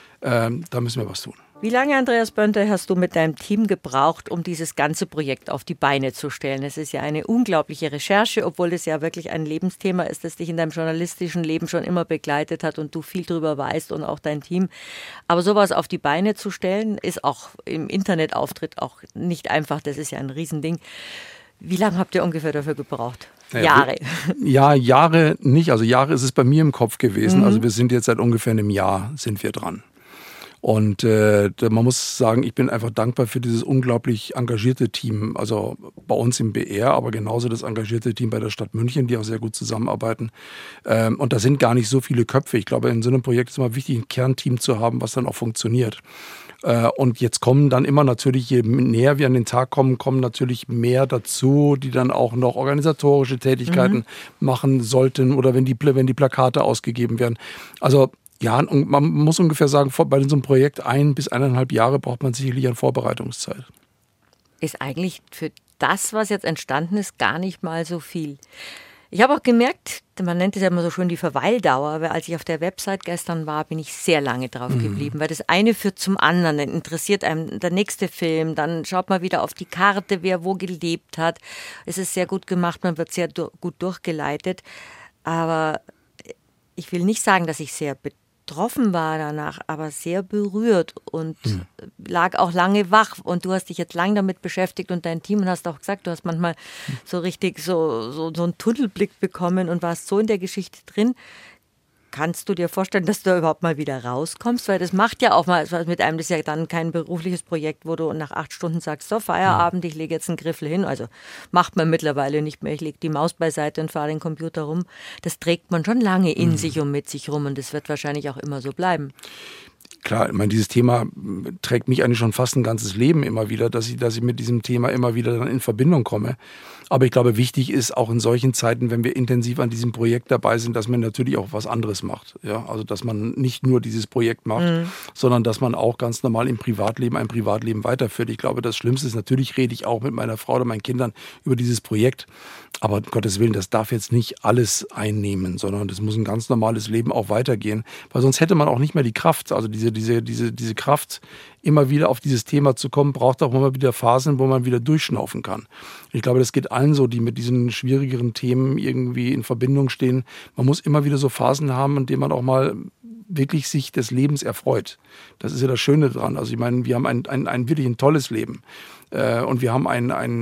da müssen wir was tun. Wie lange, Andreas Bönte, hast du mit deinem Team gebraucht, um dieses ganze Projekt auf die Beine zu stellen? Es ist ja eine unglaubliche Recherche, obwohl es ja wirklich ein Lebensthema ist, das dich in deinem journalistischen Leben schon immer begleitet hat und du viel drüber weißt und auch dein Team. Aber sowas auf die Beine zu stellen, ist auch im Internetauftritt auch nicht einfach. Das ist ja ein Riesending. Wie lange habt ihr ungefähr dafür gebraucht? Jahre? Ja, Jahre nicht. Also Jahre ist es bei mir im Kopf gewesen. Also wir sind jetzt seit ungefähr einem Jahr sind wir dran. Und man muss sagen, ich bin einfach dankbar für dieses unglaublich engagierte Team, also bei uns im BR, aber genauso das engagierte Team bei der Stadt München, die auch sehr gut zusammenarbeiten. Und da sind gar nicht so viele Köpfe. Ich glaube, in so einem Projekt ist es immer wichtig, ein Kernteam zu haben, was dann auch funktioniert. Und jetzt kommen dann immer natürlich, je näher wir an den Tag kommen, kommen natürlich mehr dazu, die dann auch noch organisatorische Tätigkeiten machen sollten oder wenn die Plakate ausgegeben werden. Also ja, und man muss ungefähr sagen, bei so einem Projekt 1 bis 1,5 Jahre braucht man sicherlich an Vorbereitungszeit. Ist eigentlich für das, was jetzt entstanden ist, gar nicht mal so viel. Ich habe auch gemerkt, man nennt es ja immer so schön die Verweildauer, weil als ich auf der Website gestern war, bin ich sehr lange drauf geblieben, weil das eine führt zum anderen, dann interessiert einem der nächste Film, dann schaut man wieder auf die Karte, wer wo gelebt hat. Es ist sehr gut gemacht, man wird sehr gut durchgeleitet, aber ich will nicht sagen, dass ich sehr betroffen war danach, aber sehr berührt und lag auch lange wach. Und du hast dich jetzt lang damit beschäftigt und dein Team und hast auch gesagt, du hast manchmal so richtig so einen Tunnelblick bekommen und warst so in der Geschichte drin. Kannst du dir vorstellen, dass du da überhaupt mal wieder rauskommst? Weil das macht ja auch mal mit einem, das ist ja dann kein berufliches Projekt, wo du nach 8 Stunden sagst, so Feierabend, ich lege jetzt einen Griffel hin. Also macht man mittlerweile nicht mehr. Ich lege die Maus beiseite und fahre den Computer rum. Das trägt man schon lange in sich und mit sich rum und das wird wahrscheinlich auch immer so bleiben. Klar, ich meine, dieses Thema trägt mich eigentlich schon fast ein ganzes Leben immer wieder, dass ich mit diesem Thema immer wieder dann in Verbindung komme. Aber ich glaube, wichtig ist auch in solchen Zeiten, wenn wir intensiv an diesem Projekt dabei sind, dass man natürlich auch was anderes macht. Ja, also dass man nicht nur dieses Projekt macht, sondern dass man auch ganz normal im Privatleben ein Privatleben weiterführt. Ich glaube, das Schlimmste ist, natürlich rede ich auch mit meiner Frau oder meinen Kindern über dieses Projekt. Aber um Gottes Willen, das darf jetzt nicht alles einnehmen, sondern das muss ein ganz normales Leben auch weitergehen. Weil sonst hätte man auch nicht mehr die Kraft, also diese Kraft, immer wieder auf dieses Thema zu kommen, braucht auch immer wieder Phasen, wo man wieder durchschnaufen kann. Ich glaube, das geht allen so, die mit diesen schwierigeren Themen irgendwie in Verbindung stehen. Man muss immer wieder so Phasen haben, in denen man auch mal wirklich sich des Lebens erfreut. Das ist ja das Schöne dran. Also ich meine, wir haben ein wirklich ein tolles Leben. Und wir haben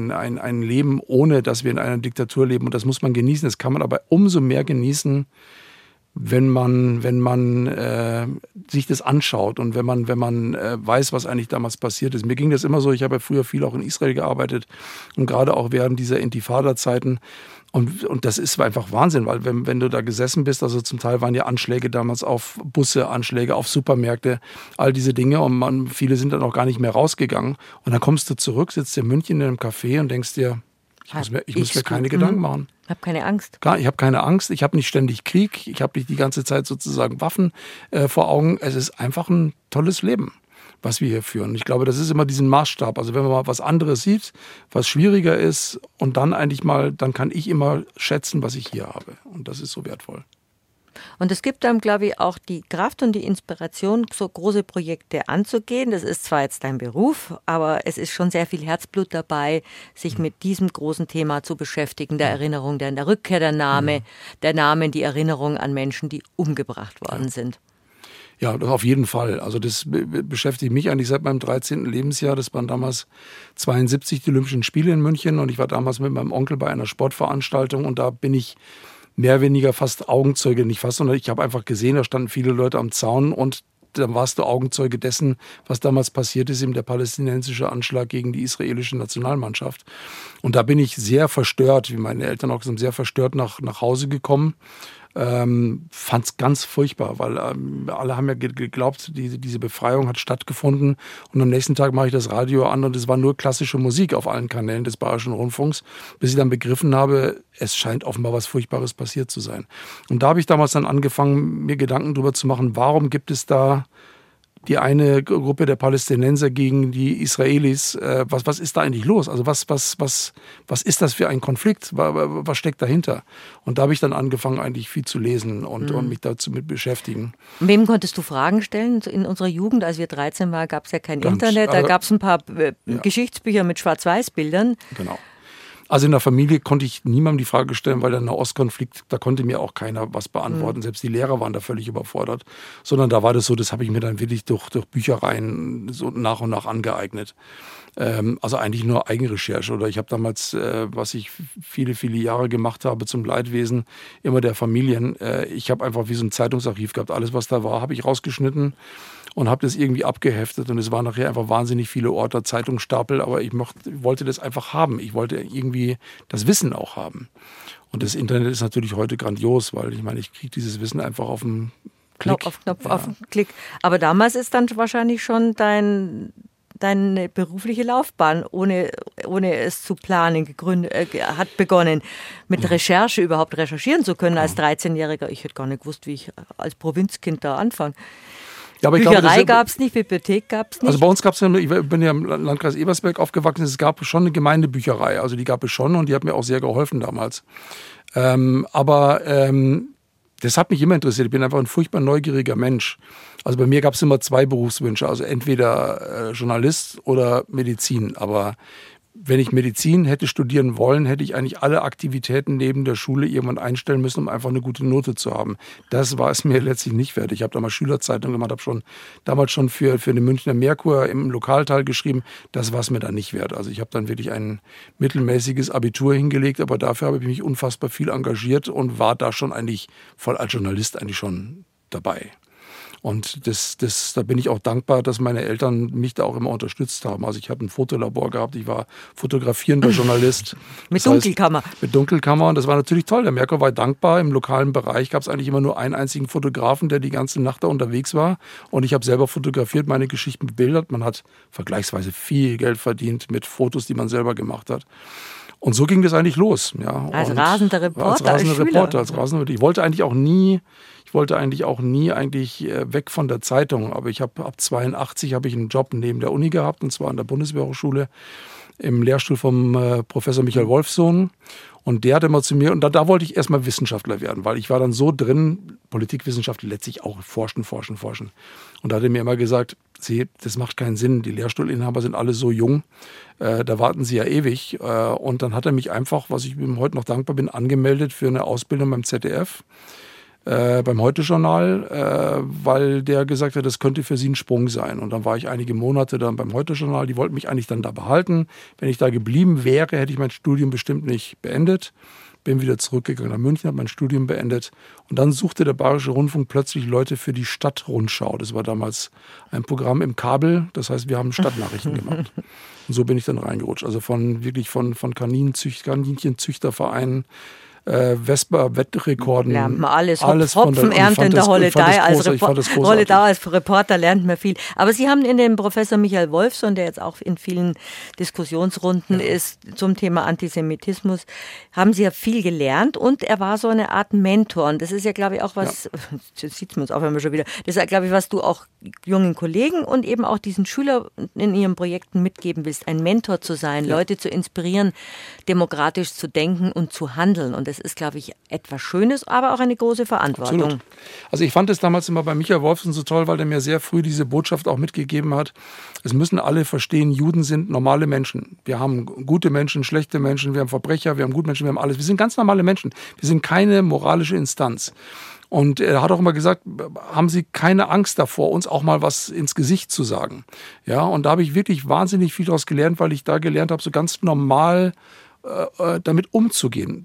ein Leben, ohne dass wir in einer Diktatur leben. Und das muss man genießen. Das kann man aber umso mehr genießen, wenn man sich das anschaut und wenn man weiß, was eigentlich damals passiert ist. Mir ging das immer so, ich habe ja früher viel auch in Israel gearbeitet und gerade auch während dieser Intifada-Zeiten. Und das ist einfach Wahnsinn, weil wenn du da gesessen bist, also zum Teil waren ja Anschläge damals auf Busse, Anschläge auf Supermärkte, all diese Dinge und viele sind dann auch gar nicht mehr rausgegangen. Und dann kommst du zurück, sitzt in München in einem Café und denkst dir, ich muss mir keine Gedanken machen. Ich habe keine Angst. Ich habe keine Angst, ich habe nicht ständig Krieg, ich habe nicht die ganze Zeit sozusagen Waffen vor Augen. Es ist einfach ein tolles Leben, was wir hier führen. Ich glaube, das ist immer diesen Maßstab. Also wenn man mal was anderes sieht, was schwieriger ist und dann dann kann ich immer schätzen, was ich hier habe. Und das ist so wertvoll. Und es gibt dann, glaube ich, auch die Kraft und die Inspiration, so große Projekte anzugehen. Das ist zwar jetzt dein Beruf, aber es ist schon sehr viel Herzblut dabei, sich mit diesem großen Thema zu beschäftigen, der Erinnerung, der Rückkehr der Namen, die Erinnerung an Menschen, die umgebracht worden sind. Ja, das auf jeden Fall. Also das beschäftigt mich eigentlich seit meinem 13. Lebensjahr. Das waren damals 72 die Olympischen Spiele in München und ich war damals mit meinem Onkel bei einer Sportveranstaltung und da bin ich mehr oder weniger fast Augenzeuge, nicht fast, sondern ich habe einfach gesehen, da standen viele Leute am Zaun und dann warst du Augenzeuge dessen, was damals passiert ist, eben der palästinensische Anschlag gegen die israelische Nationalmannschaft. Und da bin ich sehr verstört, wie meine Eltern auch gesagt haben, sehr verstört nach Hause gekommen. Fand es ganz furchtbar, weil alle haben ja geglaubt, diese Befreiung hat stattgefunden und am nächsten Tag mache ich das Radio an und es war nur klassische Musik auf allen Kanälen des Bayerischen Rundfunks, bis ich dann begriffen habe, es scheint offenbar was Furchtbares passiert zu sein. Und da habe ich damals dann angefangen, mir Gedanken darüber zu machen, warum gibt es da die eine Gruppe der Palästinenser gegen die Israelis, was ist da eigentlich los? Also was ist das für ein Konflikt? Was steckt dahinter? Und da habe ich dann angefangen, eigentlich viel zu lesen und mich dazu mit beschäftigen. Wem konntest du Fragen stellen? In unserer Jugend, als wir 13 waren, gab es ja kein Internet, da gab es ein paar Geschichtsbücher mit Schwarz-Weiß-Bildern. Genau. Also in der Familie konnte ich niemandem die Frage stellen, weil der Nahostkonflikt, da konnte mir auch keiner was beantworten. Selbst die Lehrer waren da völlig überfordert. Sondern da war das so, das habe ich mir dann wirklich durch Büchereien so nach und nach angeeignet. Also eigentlich nur Eigenrecherche. Oder ich habe damals, was ich viele, viele Jahre gemacht habe zum Leidwesen immer der Familien, ich habe einfach wie so ein Zeitungsarchiv gehabt. Alles, was da war, habe ich rausgeschnitten und habe das irgendwie abgeheftet und es waren nachher einfach wahnsinnig viele Orte, Zeitungsstapel, aber ich wollte das einfach haben. Ich wollte irgendwie das Wissen auch haben. Und das Internet ist natürlich heute grandios, weil ich meine, ich kriege dieses Wissen einfach auf den Klick. Auf den Klick. Aber damals ist dann wahrscheinlich schon deine berufliche Laufbahn, ohne es zu planen, hat begonnen, mit Recherche überhaupt recherchieren zu können als 13-Jähriger. Ich hätte gar nicht gewusst, wie ich als Provinzkind da anfange. Ja, aber Bücherei gab es nicht, Bibliothek gab es nicht. Also bei uns gab es ja, ich bin ja im Landkreis Ebersberg aufgewachsen, es gab schon eine Gemeindebücherei, also die gab es schon und die hat mir auch sehr geholfen damals. Aber das hat mich immer interessiert, ich bin einfach ein furchtbar neugieriger Mensch. Also bei mir gab es immer zwei Berufswünsche, also entweder Journalist oder Medizin, aber wenn ich Medizin hätte studieren wollen, hätte ich eigentlich alle Aktivitäten neben der Schule irgendwann einstellen müssen, um einfach eine gute Note zu haben. Das war es mir letztlich nicht wert. Ich habe damals Schülerzeitung gemacht, habe damals schon für den Münchner Merkur im Lokalteil geschrieben. Das war es mir dann nicht wert. Also ich habe dann wirklich ein mittelmäßiges Abitur hingelegt, aber dafür habe ich mich unfassbar viel engagiert und war da schon eigentlich voll als Journalist eigentlich schon dabei. Und da bin ich auch dankbar, dass meine Eltern mich da auch immer unterstützt haben. Also ich habe ein Fotolabor gehabt, ich war fotografierender Journalist. Mit Dunkelkammer. Mit Dunkelkammer und das war natürlich toll. Der Merkur war dankbar. Im lokalen Bereich gab es eigentlich immer nur einen einzigen Fotografen, der die ganze Nacht da unterwegs war. Und ich habe selber fotografiert, meine Geschichten bebildert. Man hat vergleichsweise viel Geld verdient mit Fotos, die man selber gemacht hat. Und so ging das eigentlich los. Ja. Als rasender Reporter, Ich wollte eigentlich auch nie weg von der Zeitung. Aber ich habe ab 82 habe ich einen Job neben der Uni gehabt, und zwar an der Bundeswehrhochschule im Lehrstuhl vom Professor Michael Wolfsohn. Und der hat immer zu mir, und da wollte ich erstmal Wissenschaftler werden, weil ich war dann so drin, Politikwissenschaft letztlich auch forschen. Und da hat er mir immer gesagt, das macht keinen Sinn, die Lehrstuhlinhaber sind alle so jung, da warten sie ja ewig. Und dann hat er mich einfach, was ich ihm heute noch dankbar bin, angemeldet für eine Ausbildung beim ZDF, beim Heute-Journal, weil der gesagt hat, das könnte für sie ein Sprung sein. Und dann war ich einige Monate dann beim Heute-Journal, die wollten mich eigentlich dann da behalten. Wenn ich da geblieben wäre, hätte ich mein Studium bestimmt nicht beendet. bin wieder zurückgegangen nach München, habe mein Studium beendet und dann suchte der Bayerische Rundfunk plötzlich Leute für die Stadtrundschau. Das war damals ein Programm im Kabel, das heißt, wir haben Stadtnachrichten gemacht. Und so bin ich dann reingerutscht. Also von Kaninchenzüchtervereinen, Vespa-Wettrekorden. Lernt man alles Hopfenernte in der Holledau. Als Reporter lernt man viel. Aber Sie haben in dem Professor Michael Wolfson, der jetzt auch in vielen Diskussionsrunden ist zum Thema Antisemitismus, haben Sie ja viel gelernt und er war so eine Art Mentor. Und das ist ja, glaube ich, auch was, jetzt sieht man uns auch immer schon wieder, das ist ja, glaube ich, was du auch jungen Kollegen und eben auch diesen Schülern in ihren Projekten mitgeben willst, ein Mentor zu sein, Leute zu inspirieren, demokratisch zu denken und zu handeln. Und das ist, glaube ich, etwas Schönes, aber auch eine große Verantwortung. Absolut. Also ich fand es damals immer bei Michael Wolfson so toll, weil der mir sehr früh diese Botschaft auch mitgegeben hat. Es müssen alle verstehen, Juden sind normale Menschen. Wir haben gute Menschen, schlechte Menschen, wir haben Verbrecher, wir haben Gutmenschen, wir haben alles. Wir sind ganz normale Menschen. Wir sind keine moralische Instanz. Und er hat auch immer gesagt, haben Sie keine Angst davor, uns auch mal was ins Gesicht zu sagen. Ja, und da habe ich wirklich wahnsinnig viel daraus gelernt, weil ich da gelernt habe, so ganz normal damit umzugehen,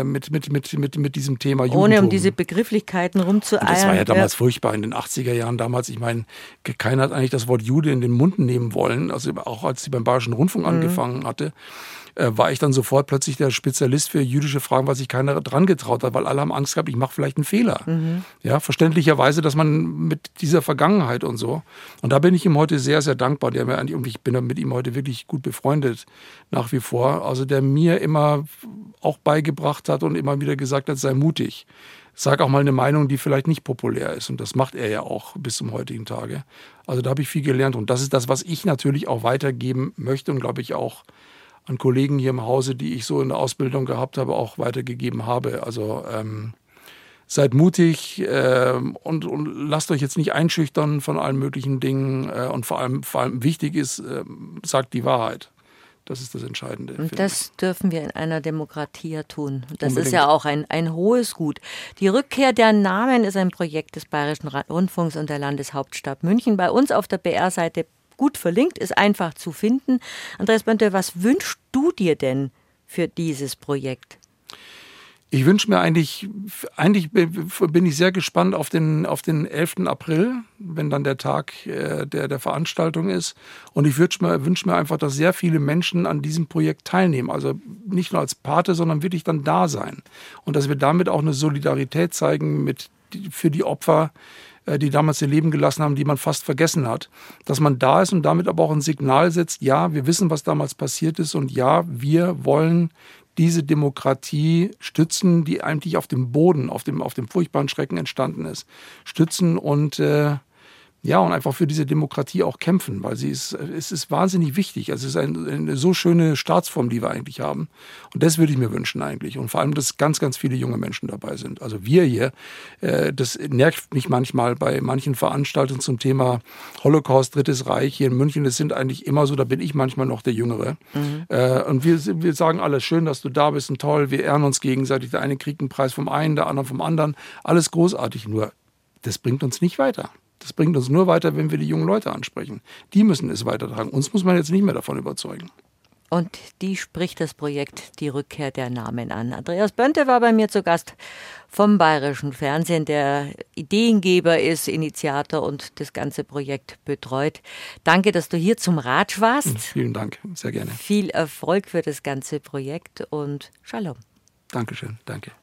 mit diesem Thema Judentum. Ohne um diese Begrifflichkeiten rumzueiern. Das war ja damals furchtbar in den 80er Jahren damals. Ich meine, keiner hat eigentlich das Wort Jude in den Mund nehmen wollen. Also auch als sie beim Bayerischen Rundfunk angefangen hatte, war ich dann sofort plötzlich der Spezialist für jüdische Fragen, weil sich keiner dran getraut hat, weil alle haben Angst gehabt, ich mache vielleicht einen Fehler. Ja, verständlicherweise, dass man mit dieser Vergangenheit und so. Und da bin ich ihm heute sehr, sehr dankbar. Und ich bin mit ihm heute wirklich gut befreundet, nach wie vor. Also der mir immer auch beigebracht hat und immer wieder gesagt hat, sei mutig. Sag auch mal eine Meinung, die vielleicht nicht populär ist. Und das macht er ja auch bis zum heutigen Tage. Also da habe ich viel gelernt. Und das ist das, was ich natürlich auch weitergeben möchte und glaube ich auch an Kollegen hier im Hause, die ich so in der Ausbildung gehabt habe, auch weitergegeben habe. Also seid mutig und lasst euch jetzt nicht einschüchtern von allen möglichen Dingen. Und vor allem wichtig ist, sagt die Wahrheit. Das ist das Entscheidende. Und das dürfen wir in einer Demokratie ja tun. Das Unbedingt. ist ja auch ein hohes Gut. Die Rückkehr der Namen ist ein Projekt des Bayerischen Rundfunks und der Landeshauptstadt München. Bei uns auf der BR-Seite gut verlinkt, ist einfach zu finden. Andreas Bönte, was wünschst du dir denn für dieses Projekt? Ich wünsche mir eigentlich bin ich sehr gespannt auf den 11. April, wenn dann der Tag der Veranstaltung ist. Und ich wünsche mir einfach, dass sehr viele Menschen an diesem Projekt teilnehmen. Also nicht nur als Pate, sondern wirklich dann da sein. Und dass wir damit auch eine Solidarität zeigen für die Opfer, die damals ihr Leben gelassen haben, die man fast vergessen hat. Dass man da ist und damit aber auch ein Signal setzt, ja, wir wissen, was damals passiert ist und ja, wir wollen diese Demokratie stützen, die eigentlich auf dem Boden, auf dem furchtbaren Schrecken entstanden ist, stützen und und einfach für diese Demokratie auch kämpfen, weil es ist wahnsinnig wichtig. Also es ist eine so schöne Staatsform, die wir eigentlich haben. Und das würde ich mir wünschen eigentlich. Und vor allem, dass ganz, ganz viele junge Menschen dabei sind. Also wir hier, das nervt mich manchmal bei manchen Veranstaltungen zum Thema Holocaust, Drittes Reich hier in München. Das sind eigentlich immer so, da bin ich manchmal noch der Jüngere. Und wir sagen alles, schön, dass du da bist und toll. Wir ehren uns gegenseitig. Der eine kriegt einen Preis vom einen, der andere vom anderen. Alles großartig, nur das bringt uns nicht weiter. Das bringt uns nur weiter, wenn wir die jungen Leute ansprechen. Die müssen es weitertragen. Uns muss man jetzt nicht mehr davon überzeugen. Und die spricht das Projekt Die Rückkehr der Namen an. Andreas Bönte war bei mir zu Gast vom Bayerischen Fernsehen, der Ideengeber ist, Initiator und das ganze Projekt betreut. Danke, dass du hier zum Ratsch warst. Vielen Dank, sehr gerne. Viel Erfolg für das ganze Projekt und Shalom. Dankeschön, danke.